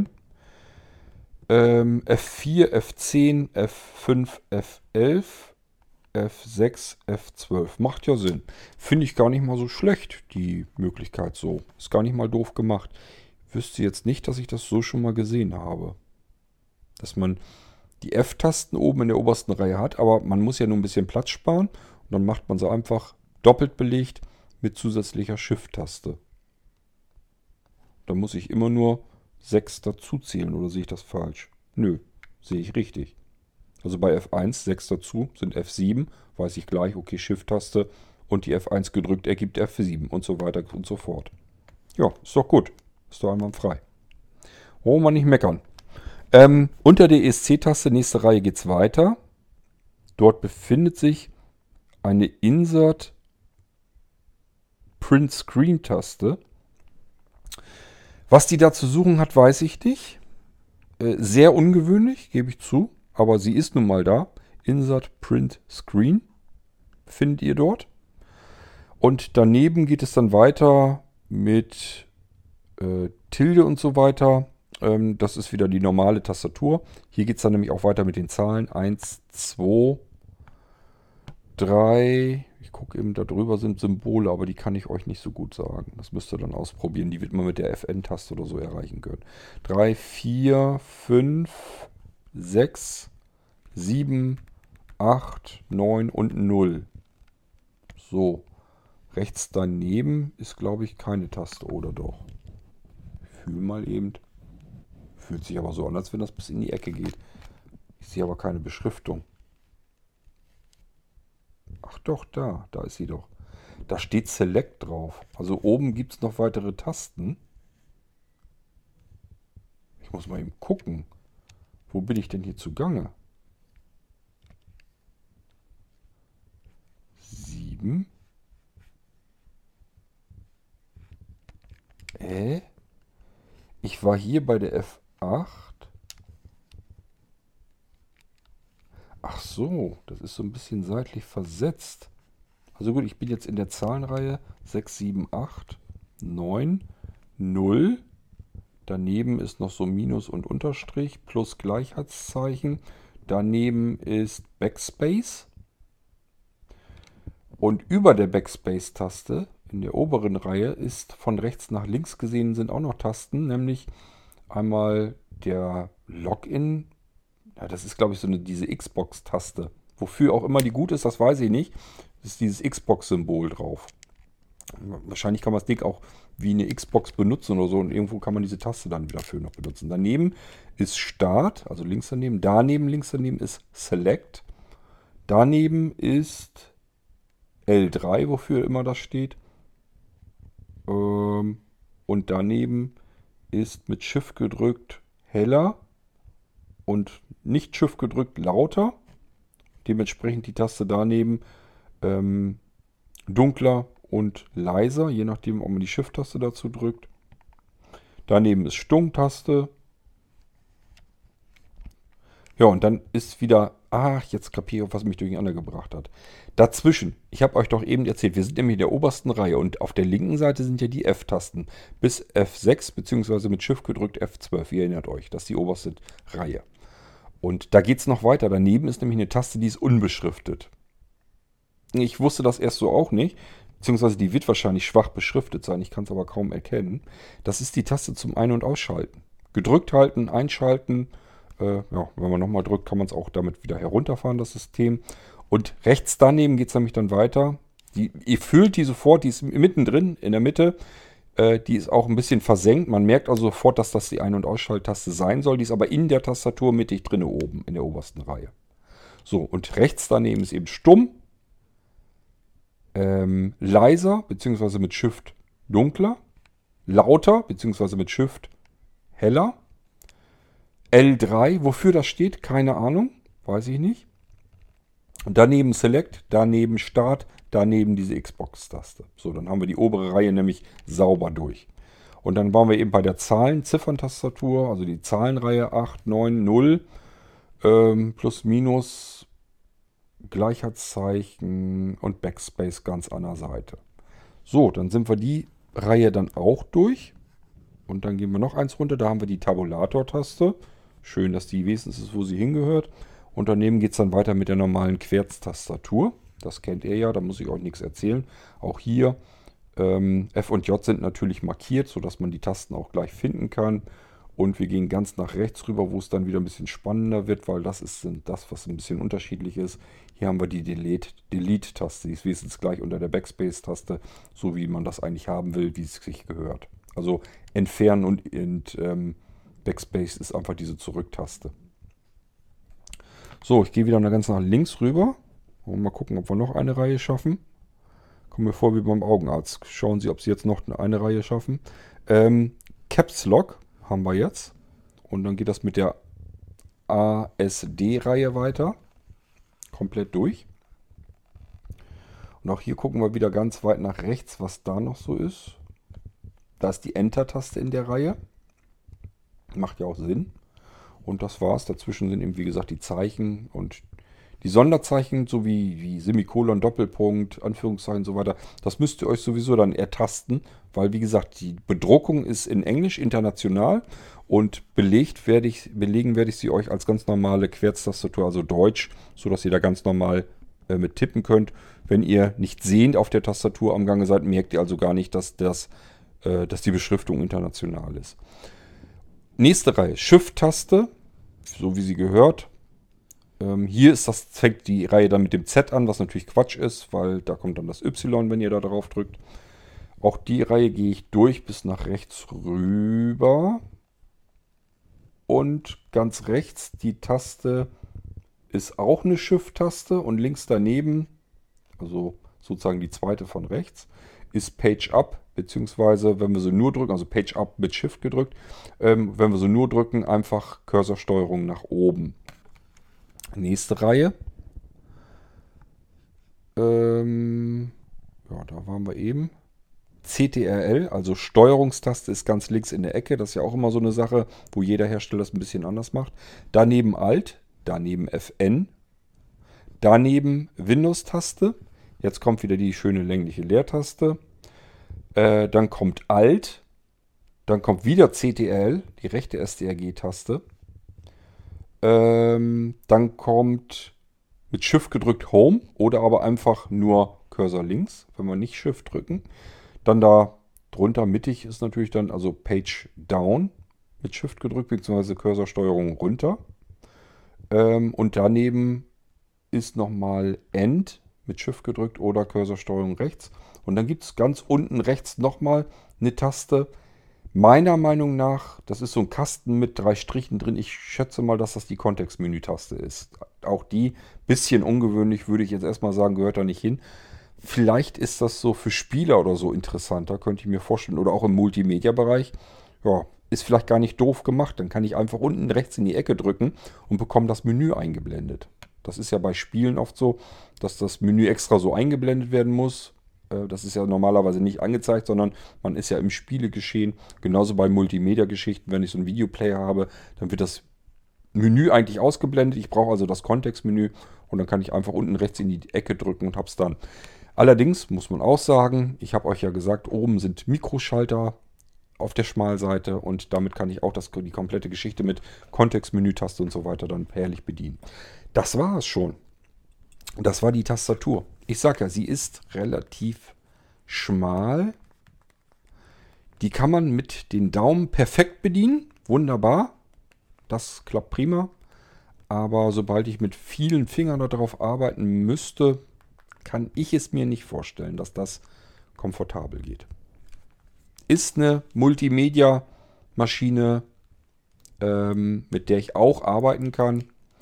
F4, F10, F5, F11. F6, F12. Macht ja Sinn. Finde ich gar nicht mal so schlecht, die Möglichkeit so. Ist gar nicht mal doof gemacht. Ich wüsste jetzt nicht, dass ich das so schon mal gesehen habe. Dass man die F-Tasten oben in der obersten Reihe hat, aber man muss ja nur ein bisschen Platz sparen. Und dann macht man sie einfach doppelt belegt mit zusätzlicher Shift-Taste. Da muss ich immer nur 6 dazu zählen, oder sehe ich das falsch? Nö, sehe ich richtig. Also bei F1 6 dazu sind F7, weiß ich gleich, okay, Shift-Taste und die F1 gedrückt ergibt F7 und so weiter und so fort. Ja, ist doch gut. Ist doch einwandfrei. Wollen wir nicht meckern. Unter der ESC-Taste, nächste Reihe geht's weiter. Dort befindet sich eine Insert Print Screen Taste. Was die da zu suchen hat, weiß ich nicht. Sehr ungewöhnlich, gebe ich zu. Aber sie ist nun mal da. Insert Print Screen findet ihr dort. Und daneben geht es dann weiter mit Tilde und so weiter. Das ist wieder die normale Tastatur. Hier geht es dann nämlich auch weiter mit den Zahlen. 1, 2, 3. Ich gucke eben, da drüber sind Symbole, aber die kann ich euch nicht so gut sagen. Das müsst ihr dann ausprobieren. Die wird man mit der FN-Taste oder so erreichen können. 3, 4, 5, 6, 7, 8, 9 und 0. So. Rechts daneben ist, glaube ich, keine Taste, oder doch? Ich fühle mal eben. Fühlt sich aber so an, als wenn das bis in die Ecke geht. Ich sehe aber keine Beschriftung. Ach doch, da ist sie doch. Da steht Select drauf. Also oben gibt es noch weitere Tasten. Ich muss mal eben gucken. Wo bin ich denn hier zugange? 7. Ich war hier bei der F8. Ach so, das ist so ein bisschen seitlich versetzt. Also gut, ich bin jetzt in der Zahlenreihe 6, 7, 8, 9, 0. Daneben ist noch so Minus und Unterstrich plus Gleichheitszeichen. Daneben ist Backspace. Und über der Backspace-Taste in der oberen Reihe ist von rechts nach links gesehen sind auch noch Tasten, nämlich einmal der Login. Ja, das ist, glaube ich, diese Xbox-Taste. Wofür auch immer die gut ist, das weiß ich nicht. Das ist dieses Xbox-Symbol drauf. Wahrscheinlich kann man das Ding auch wie eine Xbox benutzen oder so. Und irgendwo kann man diese Taste dann wieder für noch benutzen. Daneben ist Start, also links daneben. Links daneben ist Select. Daneben ist L3, wofür immer das steht. Und daneben ist mit Shift gedrückt heller und nicht Shift gedrückt lauter. Dementsprechend die Taste daneben dunkler und leiser, je nachdem, ob man die Shift-Taste dazu drückt. Daneben ist Stumm-Taste. Ja, und dann ist wieder, jetzt kapiere ich, was mich durcheinander gebracht hat. Dazwischen, ich habe euch doch eben erzählt, wir sind nämlich in der obersten Reihe und auf der linken Seite sind ja die F-Tasten bis F6 beziehungsweise mit Shift gedrückt F12. Ihr erinnert euch, das ist die oberste Reihe. Und da geht es noch weiter. Daneben ist nämlich eine Taste, die ist unbeschriftet. Ich wusste das erst so auch nicht, beziehungsweise die wird wahrscheinlich schwach beschriftet sein, ich kann es aber kaum erkennen. Das ist die Taste zum Ein- und Ausschalten. Gedrückt halten, einschalten. Wenn man nochmal drückt, kann man es auch damit wieder herunterfahren, das System. Und rechts daneben geht es nämlich dann weiter. Ihr fühlt die sofort, die ist mittendrin, in der Mitte. Die ist auch ein bisschen versenkt. Man merkt also sofort, dass das die Ein- und Ausschalttaste sein soll. Die ist aber in der Tastatur mittig drin oben, in der obersten Reihe. So, und rechts daneben ist eben stumm. Leiser, beziehungsweise mit Shift dunkler. Lauter, beziehungsweise mit Shift heller. L3, wofür das steht, keine Ahnung, weiß ich nicht. Und daneben Select, daneben Start, daneben diese Xbox-Taste. So, dann haben wir die obere Reihe nämlich sauber durch. Und dann waren wir eben bei der Zahlen-Ziffern-Tastatur, also die Zahlenreihe 8, 9, 0, plus, minus, Gleichheitszeichen und Backspace ganz an der Seite. So, dann sind wir die Reihe dann auch durch. Und dann gehen wir noch eins runter, da haben wir die Tabulator-Taste. Schön, dass die wenigstens ist, wo sie hingehört. Und daneben geht es dann weiter mit der normalen Querztastatur. Das kennt ihr ja, da muss ich euch nichts erzählen. Auch hier F und J sind natürlich markiert, sodass man die Tasten auch gleich finden kann. Und wir gehen ganz nach rechts rüber, wo es dann wieder ein bisschen spannender wird, weil das ist das, was ein bisschen unterschiedlich ist. Hier haben wir die Delete-Taste, die ist wenigstens gleich unter der Backspace-Taste, so wie man das eigentlich haben will, wie es sich gehört. Also entfernen und Backspace ist einfach diese Zurück-Taste. So, ich gehe wieder ganz nach links rüber. Und mal gucken, ob wir noch eine Reihe schaffen. Kommen wir vor wie beim Augenarzt. Schauen Sie, ob Sie jetzt noch eine Reihe schaffen. Caps Lock haben wir jetzt. Und dann geht das mit der ASD-Reihe weiter. Komplett durch. Und auch hier gucken wir wieder ganz weit nach rechts, was da noch so ist. Da ist die Enter-Taste in der Reihe. Macht ja auch Sinn. Und das war's. Dazwischen sind eben, wie gesagt, die Zeichen und die Sonderzeichen, so wie Semikolon, Doppelpunkt, Anführungszeichen und so weiter. Das müsst ihr euch sowieso dann ertasten, weil, wie gesagt, die Bedruckung ist in Englisch, international. Und belegen werde ich sie euch als ganz normale Querztastatur, also Deutsch, sodass ihr da ganz normal mit tippen könnt. Wenn ihr nicht sehend auf der Tastatur am Gange seid, merkt ihr also gar nicht, dass die Beschriftung international ist. Nächste Reihe, Shift-Taste, so wie sie gehört. Hier fängt die Reihe dann mit dem Z an, was natürlich Quatsch ist, weil da kommt dann das Y, wenn ihr da drauf drückt. Auch die Reihe gehe ich durch bis nach rechts rüber. Und ganz rechts, die Taste ist auch eine Shift-Taste und links daneben, also sozusagen die zweite von rechts, ist Page Up, beziehungsweise wenn wir sie nur drücken, also Page Up mit Shift gedrückt, wenn wir sie nur drücken, einfach Cursorsteuerung nach oben. Nächste Reihe. Ja, da waren wir eben. CTRL, also Steuerungstaste ist ganz links in der Ecke. Das ist ja auch immer so eine Sache, wo jeder Hersteller es ein bisschen anders macht. Daneben Alt, daneben FN, daneben Windows-Taste. Jetzt kommt wieder die schöne längliche Leertaste. Dann kommt Alt, dann kommt wieder CTRL, die rechte STRG-Taste. Dann kommt mit Shift gedrückt Home oder aber einfach nur Cursor links, wenn wir nicht Shift drücken. Dann da drunter mittig ist natürlich dann also Page Down mit Shift gedrückt, beziehungsweise Cursorsteuerung runter. Und daneben ist nochmal End mit Shift gedrückt oder Cursorsteuerung rechts. Und dann gibt es ganz unten rechts nochmal eine Taste. Meiner Meinung nach, das ist so ein Kasten mit 3 Strichen drin. Ich schätze mal, dass das die Kontextmenü-Taste ist. Auch die, bisschen ungewöhnlich, würde ich jetzt erstmal sagen, gehört da nicht hin. Vielleicht ist das so für Spieler oder so interessanter, könnte ich mir vorstellen. Oder auch im Multimedia-Bereich. Ja, ist vielleicht gar nicht doof gemacht. Dann kann ich einfach unten rechts in die Ecke drücken und bekomme das Menü eingeblendet. Das ist ja bei Spielen oft so, dass das Menü extra so eingeblendet werden muss. Das ist ja normalerweise nicht angezeigt, sondern man ist ja im Spielegeschehen. Genauso bei Multimedia-Geschichten, wenn ich so einen Videoplayer habe, dann wird das Menü eigentlich ausgeblendet. Ich brauche also das Kontextmenü und dann kann ich einfach unten rechts in die Ecke drücken und habe es dann. Allerdings muss man auch sagen, ich habe euch ja gesagt, oben sind Mikroschalter auf der Schmalseite und damit kann ich auch die komplette Geschichte mit Kontextmenü-Taste und so weiter dann herrlich bedienen. Das war es schon. Das war die Tastatur. Ich sage ja, sie ist relativ schmal. Die kann man mit den Daumen perfekt bedienen. Wunderbar. Das klappt prima. Aber sobald ich mit vielen Fingern darauf arbeiten müsste, kann ich es mir nicht vorstellen, dass das komfortabel geht. Ist eine Multimedia-Maschine, mit der ich auch arbeiten kann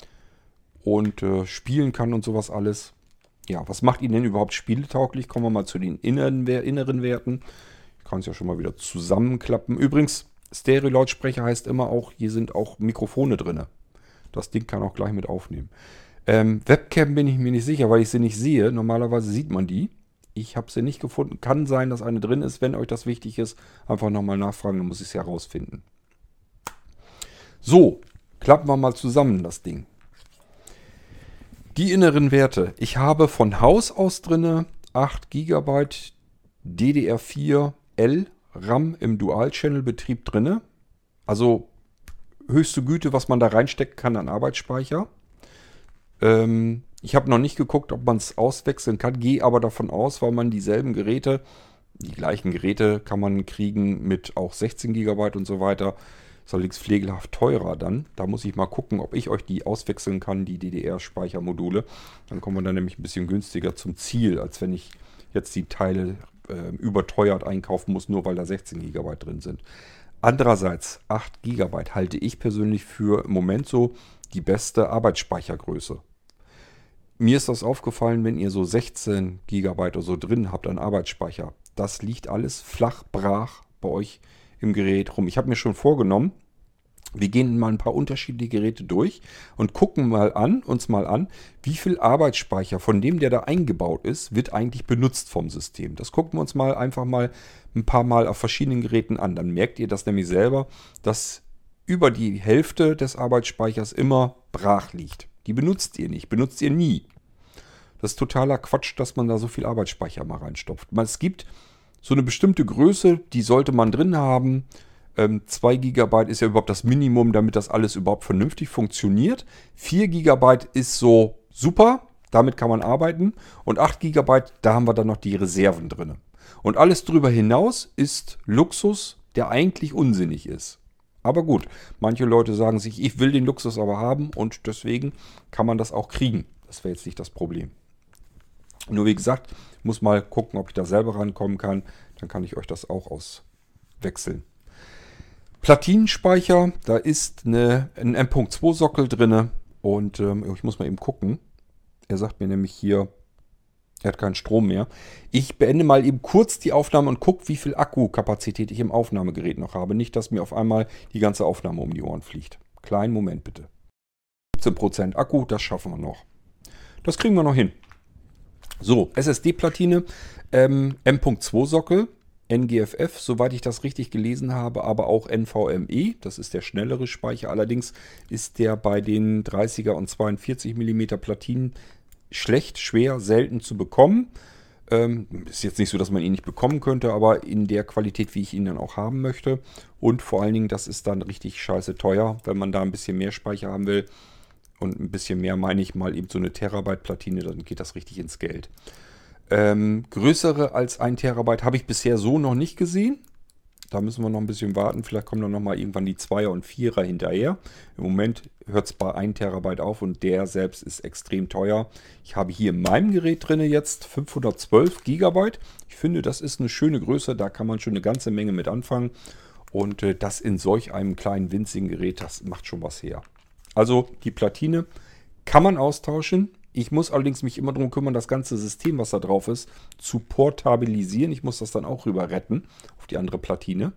und spielen kann und sowas alles. Ja, was macht ihn denn überhaupt spieletauglich? Kommen wir mal zu den inneren Werten. Ich kann es ja schon mal wieder zusammenklappen. Übrigens, Stereo-Lautsprecher heißt immer auch, hier sind auch Mikrofone drin. Das Ding kann auch gleich mit aufnehmen. Webcam bin ich mir nicht sicher, weil ich sie nicht sehe. Normalerweise sieht man die. Ich habe sie nicht gefunden. Kann sein, dass eine drin ist. Wenn euch das wichtig ist, einfach nochmal nachfragen, dann muss ich es herausfinden. So, klappen wir mal zusammen das Ding. Die inneren Werte. Ich habe von Haus aus drinne 8 GB DDR4L RAM im Dual-Channel-Betrieb drinne. Also höchste Güte, was man da reinstecken kann an Arbeitsspeicher. Ich habe noch nicht geguckt, ob man es auswechseln kann, gehe aber davon aus, weil man dieselben Geräte, die gleichen Geräte kann man kriegen mit auch 16 GB und so weiter. Ist allerdings pflegelhaft teurer dann. Da muss ich mal gucken, ob ich euch die auswechseln kann, die DDR-Speichermodule. Dann kommen wir dann nämlich ein bisschen günstiger zum Ziel, als wenn ich jetzt die Teile überteuert einkaufen muss, nur weil da 16 GB drin sind. Andererseits 8 GB halte ich persönlich für im Moment so die beste Arbeitsspeichergröße. Mir ist das aufgefallen, wenn ihr so 16 GB oder so drin habt an Arbeitsspeicher. Das liegt alles flach brach bei euch im Gerät rum. Ich habe mir schon vorgenommen, wir gehen mal ein paar unterschiedliche Geräte durch und gucken uns mal an, wie viel Arbeitsspeicher von dem, der da eingebaut ist, wird eigentlich benutzt vom System. Das gucken wir uns einfach mal ein paar Mal auf verschiedenen Geräten an. Dann merkt ihr das nämlich selber, dass über die Hälfte des Arbeitsspeichers immer brach liegt. Die benutzt ihr nicht, benutzt ihr nie. Das ist totaler Quatsch, dass man da so viel Arbeitsspeicher mal reinstopft. Es gibt so eine bestimmte Größe, die sollte man drin haben. 2 GB ist ja überhaupt das Minimum, damit das alles überhaupt vernünftig funktioniert. 4 GB ist so super, damit kann man arbeiten. Und 8 GB, da haben wir dann noch die Reserven drin. Und alles drüber hinaus ist Luxus, der eigentlich unsinnig ist. Aber gut, manche Leute sagen sich, ich will den Luxus aber haben und deswegen kann man das auch kriegen. Das wäre jetzt nicht das Problem. Nur wie gesagt, muss mal gucken, ob ich da selber rankommen kann. Dann kann ich euch das auch auswechseln. Platinenspeicher, da ist ein M.2-Sockel drin und ich muss mal eben gucken. Er sagt mir nämlich hier, er hat keinen Strom mehr. Ich beende mal eben kurz die Aufnahme und gucke, wie viel Akkukapazität ich im Aufnahmegerät noch habe. Nicht, dass mir auf einmal die ganze Aufnahme um die Ohren fliegt. Kleinen Moment bitte. 17% Akku, das schaffen wir noch. Das kriegen wir noch hin. So, SSD-Platine, M.2-Sockel, NGFF, soweit ich das richtig gelesen habe, aber auch NVMe, das ist der schnellere Speicher. Allerdings ist der bei den 30er und 42 mm Platinen schlecht, schwer, selten zu bekommen. Ist jetzt nicht so, dass man ihn nicht bekommen könnte, aber in der Qualität, wie ich ihn dann auch haben möchte. Und vor allen Dingen, das ist dann richtig scheiße teuer, wenn man da ein bisschen mehr Speicher haben will. Und ein bisschen mehr meine ich mal eben so eine Terabyte Platine, dann geht das richtig ins Geld. Größere als 1 Terabyte habe ich bisher so noch nicht gesehen. Da müssen wir noch ein bisschen warten. Vielleicht kommen dann nochmal irgendwann die 2er und 4er hinterher. Im Moment hört es bei 1 Terabyte auf und der selbst ist extrem teuer. Ich habe hier in meinem Gerät drin jetzt 512 Gigabyte. Ich finde, das ist eine schöne Größe. Da kann man schon eine ganze Menge mit anfangen. Und das in solch einem kleinen winzigen Gerät, das macht schon was her. Also die Platine kann man austauschen. Ich muss allerdings mich immer darum kümmern, das ganze System, was da drauf ist, zu portabilisieren. Ich muss das dann auch rüber retten auf die andere Platine.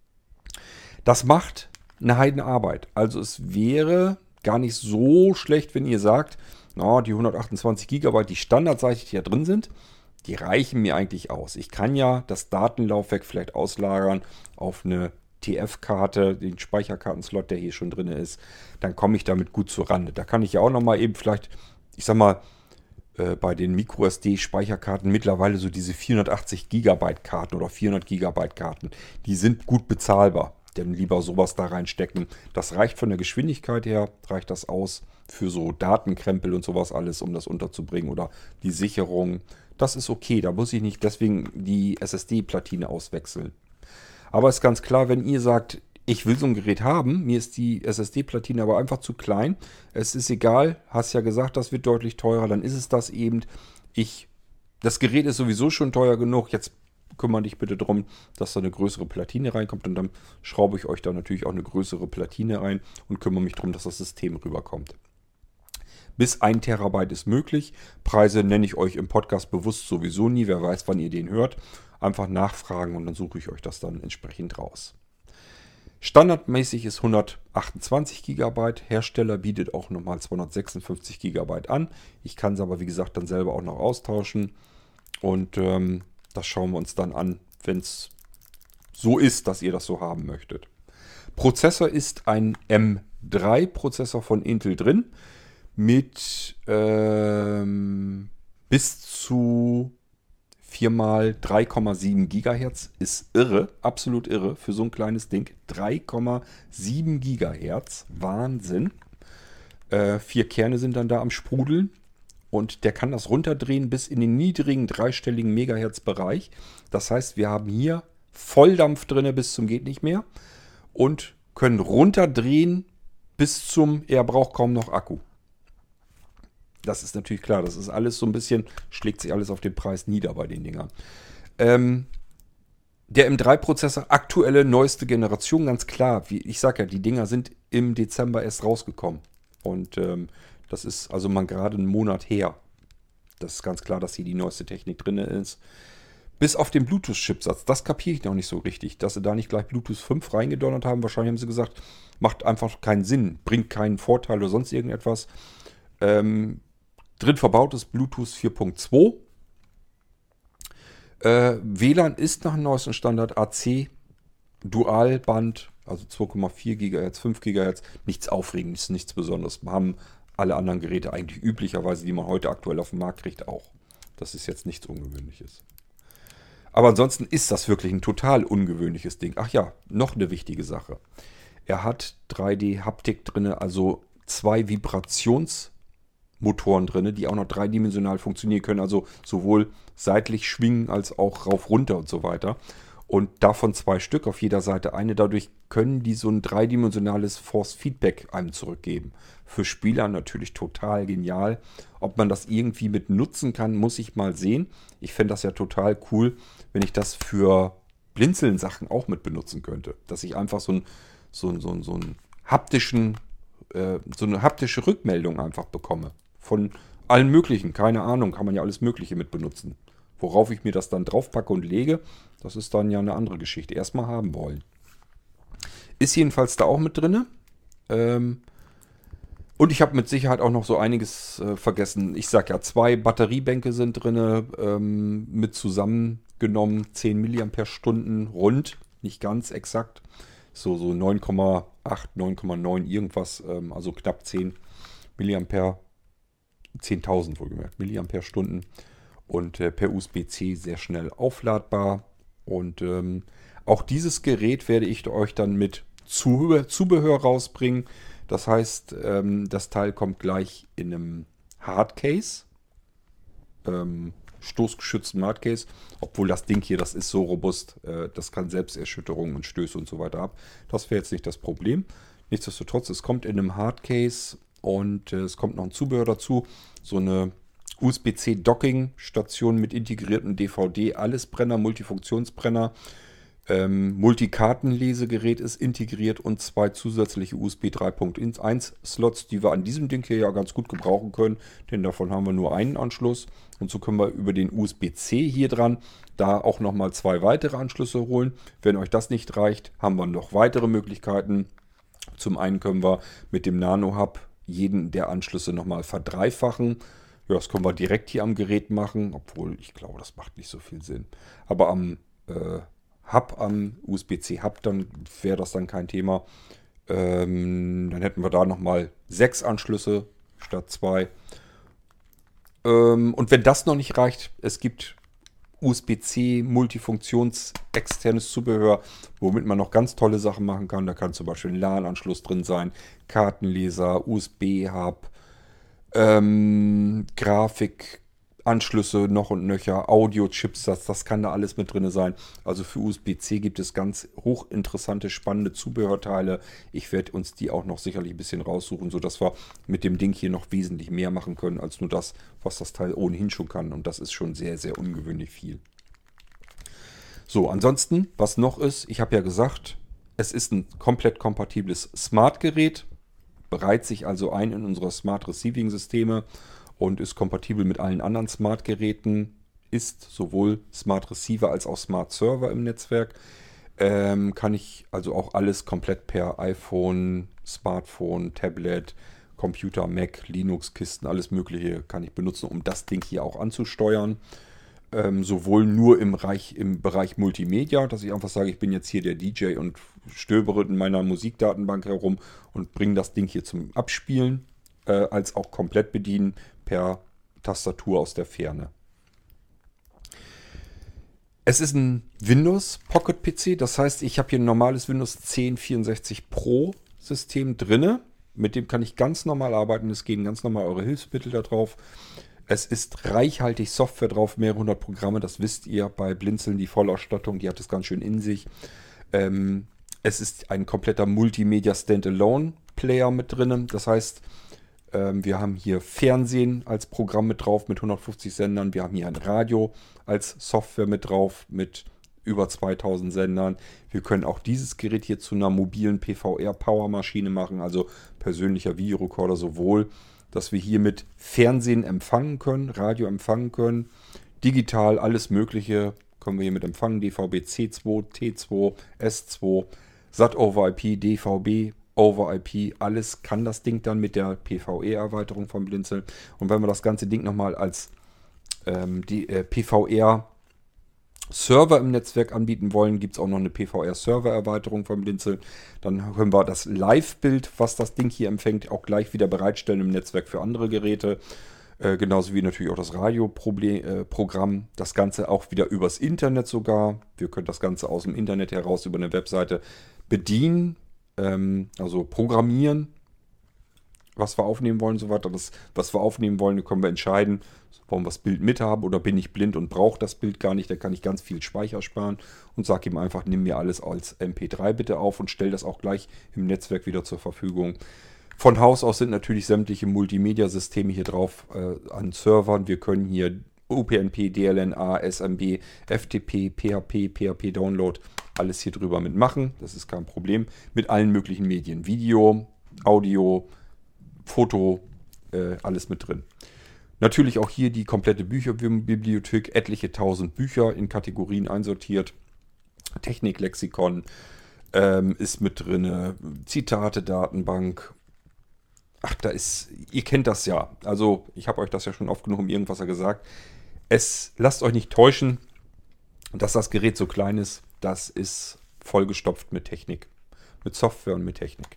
Das macht eine Heidenarbeit. Also es wäre gar nicht so schlecht, wenn ihr sagt, die 128 GB, die standardseitig hier drin sind, die reichen mir eigentlich aus. Ich kann ja das Datenlaufwerk vielleicht auslagern auf eine TF-Karte, den Speicherkartenslot, der hier schon drin ist. Dann komme ich damit gut zur Rande. Da kann ich ja auch nochmal eben vielleicht, ich sag mal, bei den MicroSD-Speicherkarten mittlerweile so diese 480 GB Karten oder 400 GB Karten, die sind gut bezahlbar. Dann lieber sowas da reinstecken. Das reicht von der Geschwindigkeit her, reicht das aus für so Datenkrempel und sowas alles, um das unterzubringen oder die Sicherung. Das ist okay, da muss ich nicht deswegen die SSD-Platine auswechseln. Aber ist ganz klar, wenn ihr sagt, ich will so ein Gerät haben, mir ist die SSD-Platine aber einfach zu klein, es ist egal, hast ja gesagt, das wird deutlich teurer, dann ist es das eben. Das Gerät ist sowieso schon teuer genug, jetzt kümmere dich bitte darum, dass da eine größere Platine reinkommt und dann schraube ich euch da natürlich auch eine größere Platine ein und kümmere mich darum, dass das System rüberkommt. Bis 1 Terabyte ist möglich. Preise nenne ich euch im Podcast bewusst sowieso nie. Wer weiß, wann ihr den hört. Einfach nachfragen und dann suche ich euch das dann entsprechend raus. Standardmäßig ist 128 GB. Hersteller bietet auch nochmal 256 GB an. Ich kann es aber, wie gesagt, dann selber auch noch austauschen. Und das schauen wir uns dann an, wenn es so ist, dass ihr das so haben möchtet. Prozessor ist ein M3-Prozessor von Intel drin mit bis zu 4 mal 3,7 Gigahertz. Ist irre, absolut irre für so ein kleines Ding. 3,7 Gigahertz, Wahnsinn. 4 Kerne sind dann da am Sprudeln. Und der kann das runterdrehen bis in den niedrigen dreistelligen Megahertz-Bereich. Das heißt, wir haben hier Volldampf drin bis zum geht nicht mehr. Und können runterdrehen bis zum, er braucht kaum noch Akku. Das ist natürlich klar, das ist alles so ein bisschen, schlägt sich alles auf den Preis nieder bei den Dingern. Der M3-Prozessor, aktuelle, neueste Generation, ganz klar. Wie ich sage ja, die Dinger sind im Dezember erst rausgekommen. Und das ist also mal gerade einen Monat her. Das ist ganz klar, dass hier die neueste Technik drin ist. Bis auf den Bluetooth-Chipsatz, das kapiere ich noch nicht so richtig. Dass sie da nicht gleich Bluetooth 5 reingedonnert haben. Wahrscheinlich haben sie gesagt, macht einfach keinen Sinn, bringt keinen Vorteil oder sonst irgendetwas. Drin verbaut ist Bluetooth 4.2. WLAN ist nach dem neuesten Standard AC Dualband, also 2,4 GHz, 5 GHz. Nichts Aufregendes, nichts Besonderes. Haben alle anderen Geräte eigentlich üblicherweise, die man heute aktuell auf dem Markt kriegt, auch. Das ist jetzt nichts Ungewöhnliches. Aber ansonsten ist das wirklich ein total ungewöhnliches Ding. Ach ja, noch eine wichtige Sache. Er hat 3D-Haptik drin, also 2 Vibrationsmotoren drin, die auch noch dreidimensional funktionieren können. Also sowohl seitlich schwingen als auch rauf, runter und so weiter. Und davon 2 Stück auf jeder Seite eine. Dadurch können die so ein dreidimensionales Force-Feedback einem zurückgeben. Für Spieler natürlich total genial. Ob man das irgendwie mit nutzen kann, muss ich mal sehen. Ich fände das ja total cool, wenn ich das für Blinzeln-Sachen auch mit benutzen könnte. Dass ich einfach so einen haptischen, so eine haptische Rückmeldung einfach bekomme. Von allen möglichen, keine Ahnung, kann man ja alles Mögliche mit benutzen. Worauf ich mir das dann draufpacke und lege, das ist dann ja eine andere Geschichte. Erstmal haben wollen. Ist jedenfalls da auch mit drin. Und ich habe mit Sicherheit auch noch so einiges vergessen. Ich sag ja, 2 Batteriebänke sind drin, mit zusammengenommen 10 mAh rund, nicht ganz exakt. So 9,8, 9,9 irgendwas, also knapp 10 mAh, 10.000 wohlgemerkt, Milliampere-Stunden. Und per USB-C sehr schnell aufladbar. Und auch dieses Gerät werde ich euch dann mit Zubehör rausbringen. Das heißt, das Teil kommt gleich in einem Hardcase. Stoßgeschützten Hardcase. Obwohl das Ding hier, das ist so robust. Das kann Selbsterschütterungen und Stöße und so weiter ab. Das wäre jetzt nicht das Problem. Nichtsdestotrotz, es kommt in einem Hardcase. Und es kommt noch ein Zubehör dazu. So eine USB-C-Docking-Station mit integriertem DVD-Allesbrenner, Multifunktionsbrenner. Multikartenlesegerät ist integriert und 2 zusätzliche USB 3.1 Slots, die wir an diesem Ding hier ja ganz gut gebrauchen können, denn davon haben wir nur einen Anschluss. Und so können wir über den USB-C hier dran da auch nochmal 2 weitere Anschlüsse holen. Wenn euch das nicht reicht, haben wir noch weitere Möglichkeiten. Zum einen können wir mit dem Nano-Hub jeden der Anschlüsse nochmal verdreifachen. Ja, das können wir direkt hier am Gerät machen, obwohl ich glaube, das macht nicht so viel Sinn. Aber am am USB-C-Hub, dann wäre das dann kein Thema. Dann hätten wir da nochmal 6 Anschlüsse statt 2. Und wenn das noch nicht reicht, es gibt USB-C Multifunktions externes Zubehör, womit man noch ganz tolle Sachen machen kann. Da kann zum Beispiel ein LAN-Anschluss drin sein, Kartenleser, USB-Hub, Grafikanschlüsse noch und nöcher, Audio-Chipsatz, das kann da alles mit drin sein. Also für USB-C gibt es ganz hochinteressante, spannende Zubehörteile. Ich werde uns die auch noch sicherlich ein bisschen raussuchen, sodass wir mit dem Ding hier noch wesentlich mehr machen können, als nur das, was das Teil ohnehin schon kann. Und das ist schon sehr, sehr ungewöhnlich viel. So, ansonsten, was noch ist, ich habe ja gesagt, es ist ein komplett kompatibles Smart-Gerät, bereiht sich also ein in unsere Smart Receiving Systeme und ist kompatibel mit allen anderen Smart-Geräten, ist sowohl Smart Receiver als auch Smart Server im Netzwerk. Kann ich also auch alles komplett per iPhone, Smartphone, Tablet, Computer, Mac, Linux-Kisten, alles Mögliche kann ich benutzen, um das Ding hier auch anzusteuern. Sowohl nur im Bereich Multimedia, dass ich einfach sage, ich bin jetzt hier der DJ und stöbere in meiner Musikdatenbank herum und bringe das Ding hier zum Abspielen, als auch komplett bedienen per Tastatur aus der Ferne. Es ist ein Windows Pocket PC, das heißt, ich habe hier ein normales Windows 10 64 Pro System drinne. Mit dem kann ich ganz normal arbeiten, es gehen ganz normal eure Hilfsmittel da drauf. Es ist reichhaltig Software drauf, mehrere hundert Programme, das wisst ihr bei Blinzeln, die Vollausstattung, die hat es ganz schön in sich. Es ist ein kompletter Multimedia Standalone Player mit drin, das heißt, wir haben hier Fernsehen als Programm mit drauf mit 150 Sendern. Wir haben hier ein Radio als Software mit drauf mit über 2000 Sendern. Wir können auch dieses Gerät hier zu einer mobilen PVR-Powermaschine machen, also persönlicher Videorekorder sowohl, dass wir hier mit Fernsehen empfangen können, Radio empfangen können, digital alles Mögliche können wir hier mit empfangen. DVB C2, T2, S2, SAT over IP, DVB over IP, alles kann das Ding dann mit der PVR-Erweiterung von Blinzeln. Und wenn wir das ganze Ding nochmal als die PVR-Server im Netzwerk anbieten wollen, gibt es auch noch eine PVR-Server-Erweiterung von Blinzeln. Dann können wir das Live-Bild, was das Ding hier empfängt, auch gleich wieder bereitstellen im Netzwerk für andere Geräte. Genauso wie natürlich auch das Radioprogramm. Das Ganze auch wieder übers Internet sogar. Wir können das Ganze aus dem Internet heraus über eine Webseite bedienen. Also programmieren, was wir aufnehmen wollen und so weiter. Das, was wir aufnehmen wollen, können wir entscheiden, wollen wir das Bild mithaben oder bin ich blind und brauche das Bild gar nicht. Da kann ich ganz viel Speicher sparen und sage ihm einfach, nimm mir alles als MP3 bitte auf und stell das auch gleich im Netzwerk wieder zur Verfügung. Von Haus aus sind natürlich sämtliche Multimedia-Systeme hier drauf an Servern. Wir können hier OPnP, DLNA, SMB, FTP, PHP, PHP-Download, alles hier drüber mitmachen. Das ist kein Problem. Mit allen möglichen Medien. Video, Audio, Foto, alles mit drin. Natürlich auch hier die komplette Bücherbibliothek, etliche tausend Bücher in Kategorien einsortiert. Techniklexikon ist mit drin. Zitate, Datenbank. Ach, ihr kennt das ja. Also, ich habe euch das ja schon oft genug um irgendwas gesagt. Lasst euch nicht täuschen, dass das Gerät so klein ist. Das ist vollgestopft mit Technik. Mit Software und mit Technik.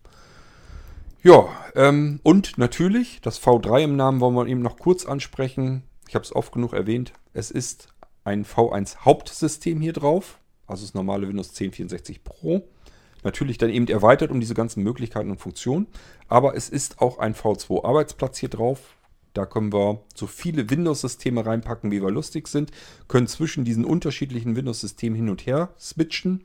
Ja, und natürlich, das V3 im Namen wollen wir eben noch kurz ansprechen. Ich habe es oft genug erwähnt. Es ist ein V1 Hauptsystem hier drauf. Also das normale Windows 10 64 Pro. Natürlich dann eben erweitert um diese ganzen Möglichkeiten und Funktionen. Aber es ist auch ein V2 Arbeitsplatz hier drauf. Da können wir so viele Windows-Systeme reinpacken, wie wir lustig sind. Können zwischen diesen unterschiedlichen Windows-Systemen hin und her switchen.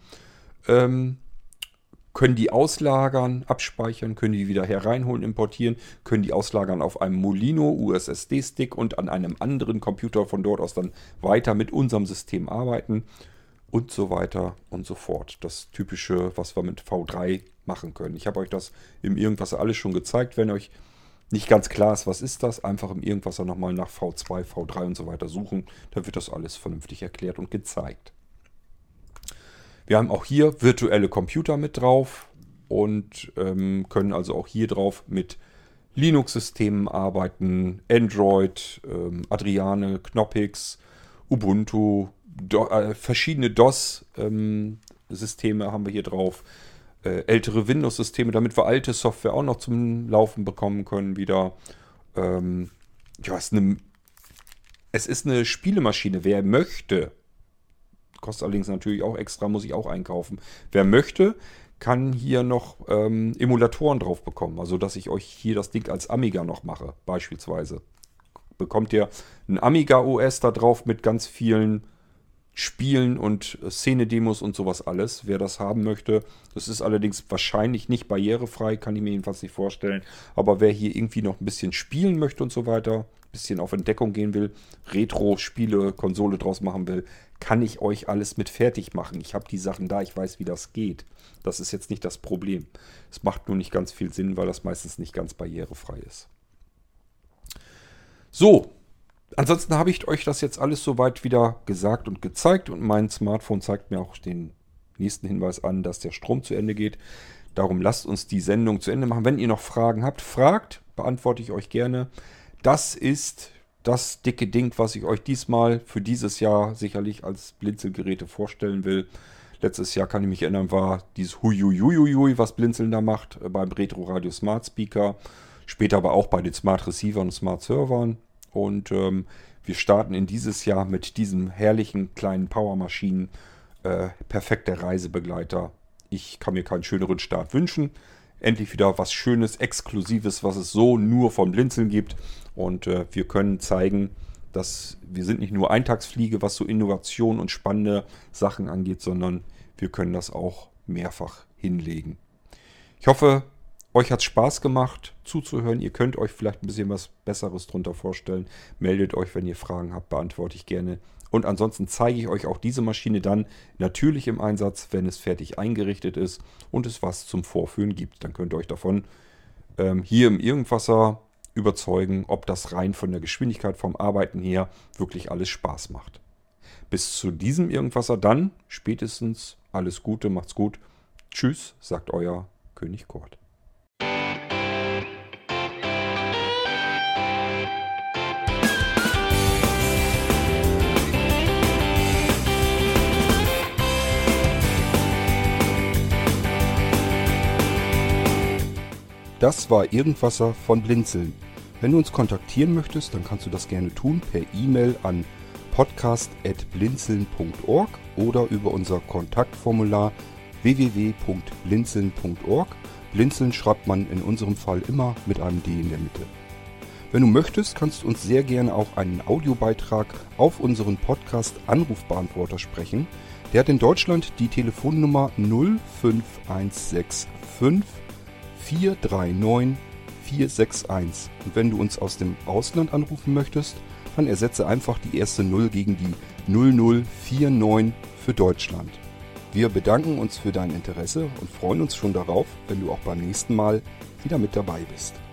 Können die auslagern, abspeichern, können die wieder hereinholen, importieren. Können die auslagern auf einem Molino USSD-Stick und an einem anderen Computer von dort aus dann weiter mit unserem System arbeiten. Und so weiter und so fort. Das Typische, was wir mit V3 machen können. Ich habe euch das im Irgendwasser alles schon gezeigt. Wenn euch nicht ganz klar ist, was ist das, einfach im Irgendwasser nochmal nach V2, V3 und so weiter suchen. Da wird das alles vernünftig erklärt und gezeigt. Wir haben auch hier virtuelle Computer mit drauf und können also auch hier drauf mit Linux-Systemen arbeiten. Android, Adriane, Knoppix, Ubuntu, verschiedene DOS-Systeme haben wir hier drauf. Ältere Windows-Systeme, damit wir alte Software auch noch zum Laufen bekommen können wieder. Ja, es ist eine Spielemaschine. Wer möchte, kostet allerdings natürlich auch extra, muss ich auch einkaufen. Wer möchte, kann hier noch Emulatoren drauf bekommen. Also, dass ich euch hier das Ding als Amiga noch mache, beispielsweise. Bekommt ihr ein Amiga OS da drauf mit ganz vielen Spielen und Szene-Demos und sowas alles, wer das haben möchte. Das ist allerdings wahrscheinlich nicht barrierefrei, kann ich mir jedenfalls nicht vorstellen. Aber wer hier irgendwie noch ein bisschen spielen möchte und so weiter, ein bisschen auf Entdeckung gehen will, Retro-Spiele, Konsole draus machen will, kann ich euch alles mit fertig machen. Ich habe die Sachen da, ich weiß, wie das geht. Das ist jetzt nicht das Problem. Es macht nur nicht ganz viel Sinn, weil das meistens nicht ganz barrierefrei ist. So. Ansonsten habe ich euch das jetzt alles soweit wieder gesagt und gezeigt und mein Smartphone zeigt mir auch den nächsten Hinweis an, dass der Strom zu Ende geht. Darum lasst uns die Sendung zu Ende machen. Wenn ihr noch Fragen habt, fragt, beantworte ich euch gerne. Das ist das dicke Ding, was ich euch diesmal für dieses Jahr sicherlich als Blinzelgeräte vorstellen will. Letztes Jahr, kann ich mich erinnern, war dieses Huiuiuiui, was Blinzeln da macht, beim Retro Radio Smart Speaker. Später aber auch bei den Smart Receivern und Smart Servern. Und wir starten in dieses Jahr mit diesem herrlichen kleinen Powermaschinen. Perfekter Reisebegleiter. Ich kann mir keinen schöneren Start wünschen. Endlich wieder was Schönes, Exklusives, was es so nur von Blinzeln gibt. Und wir können zeigen, dass wir sind nicht nur Eintagsfliege, was so Innovation und spannende Sachen angeht, sondern wir können das auch mehrfach hinlegen. Ich hoffe, euch hat es Spaß gemacht zuzuhören. Ihr könnt euch vielleicht ein bisschen was Besseres drunter vorstellen. Meldet euch, wenn ihr Fragen habt, beantworte ich gerne. Und ansonsten zeige ich euch auch diese Maschine dann natürlich im Einsatz, wenn es fertig eingerichtet ist und es was zum Vorführen gibt. Dann könnt ihr euch davon hier im Irgendwasser überzeugen, ob das rein von der Geschwindigkeit vom Arbeiten her wirklich alles Spaß macht. Bis zu diesem Irgendwasser dann spätestens alles Gute, macht's gut. Tschüss, sagt euer König Kurt. Das war Irgendwasser von Blinzeln. Wenn du uns kontaktieren möchtest, dann kannst du das gerne tun per E-Mail an podcast@blinzeln.org oder über unser Kontaktformular www.blinzeln.org. Blinzeln schreibt man in unserem Fall immer mit einem D in der Mitte. Wenn du möchtest, kannst du uns sehr gerne auch einen Audiobeitrag auf unseren Podcast Anrufbeantworter sprechen. Der hat in Deutschland die Telefonnummer 05165 439 461. Und wenn du uns aus dem Ausland anrufen möchtest, dann ersetze einfach die erste 0 gegen die 0049 für Deutschland. Wir bedanken uns für dein Interesse und freuen uns schon darauf, wenn du auch beim nächsten Mal wieder mit dabei bist.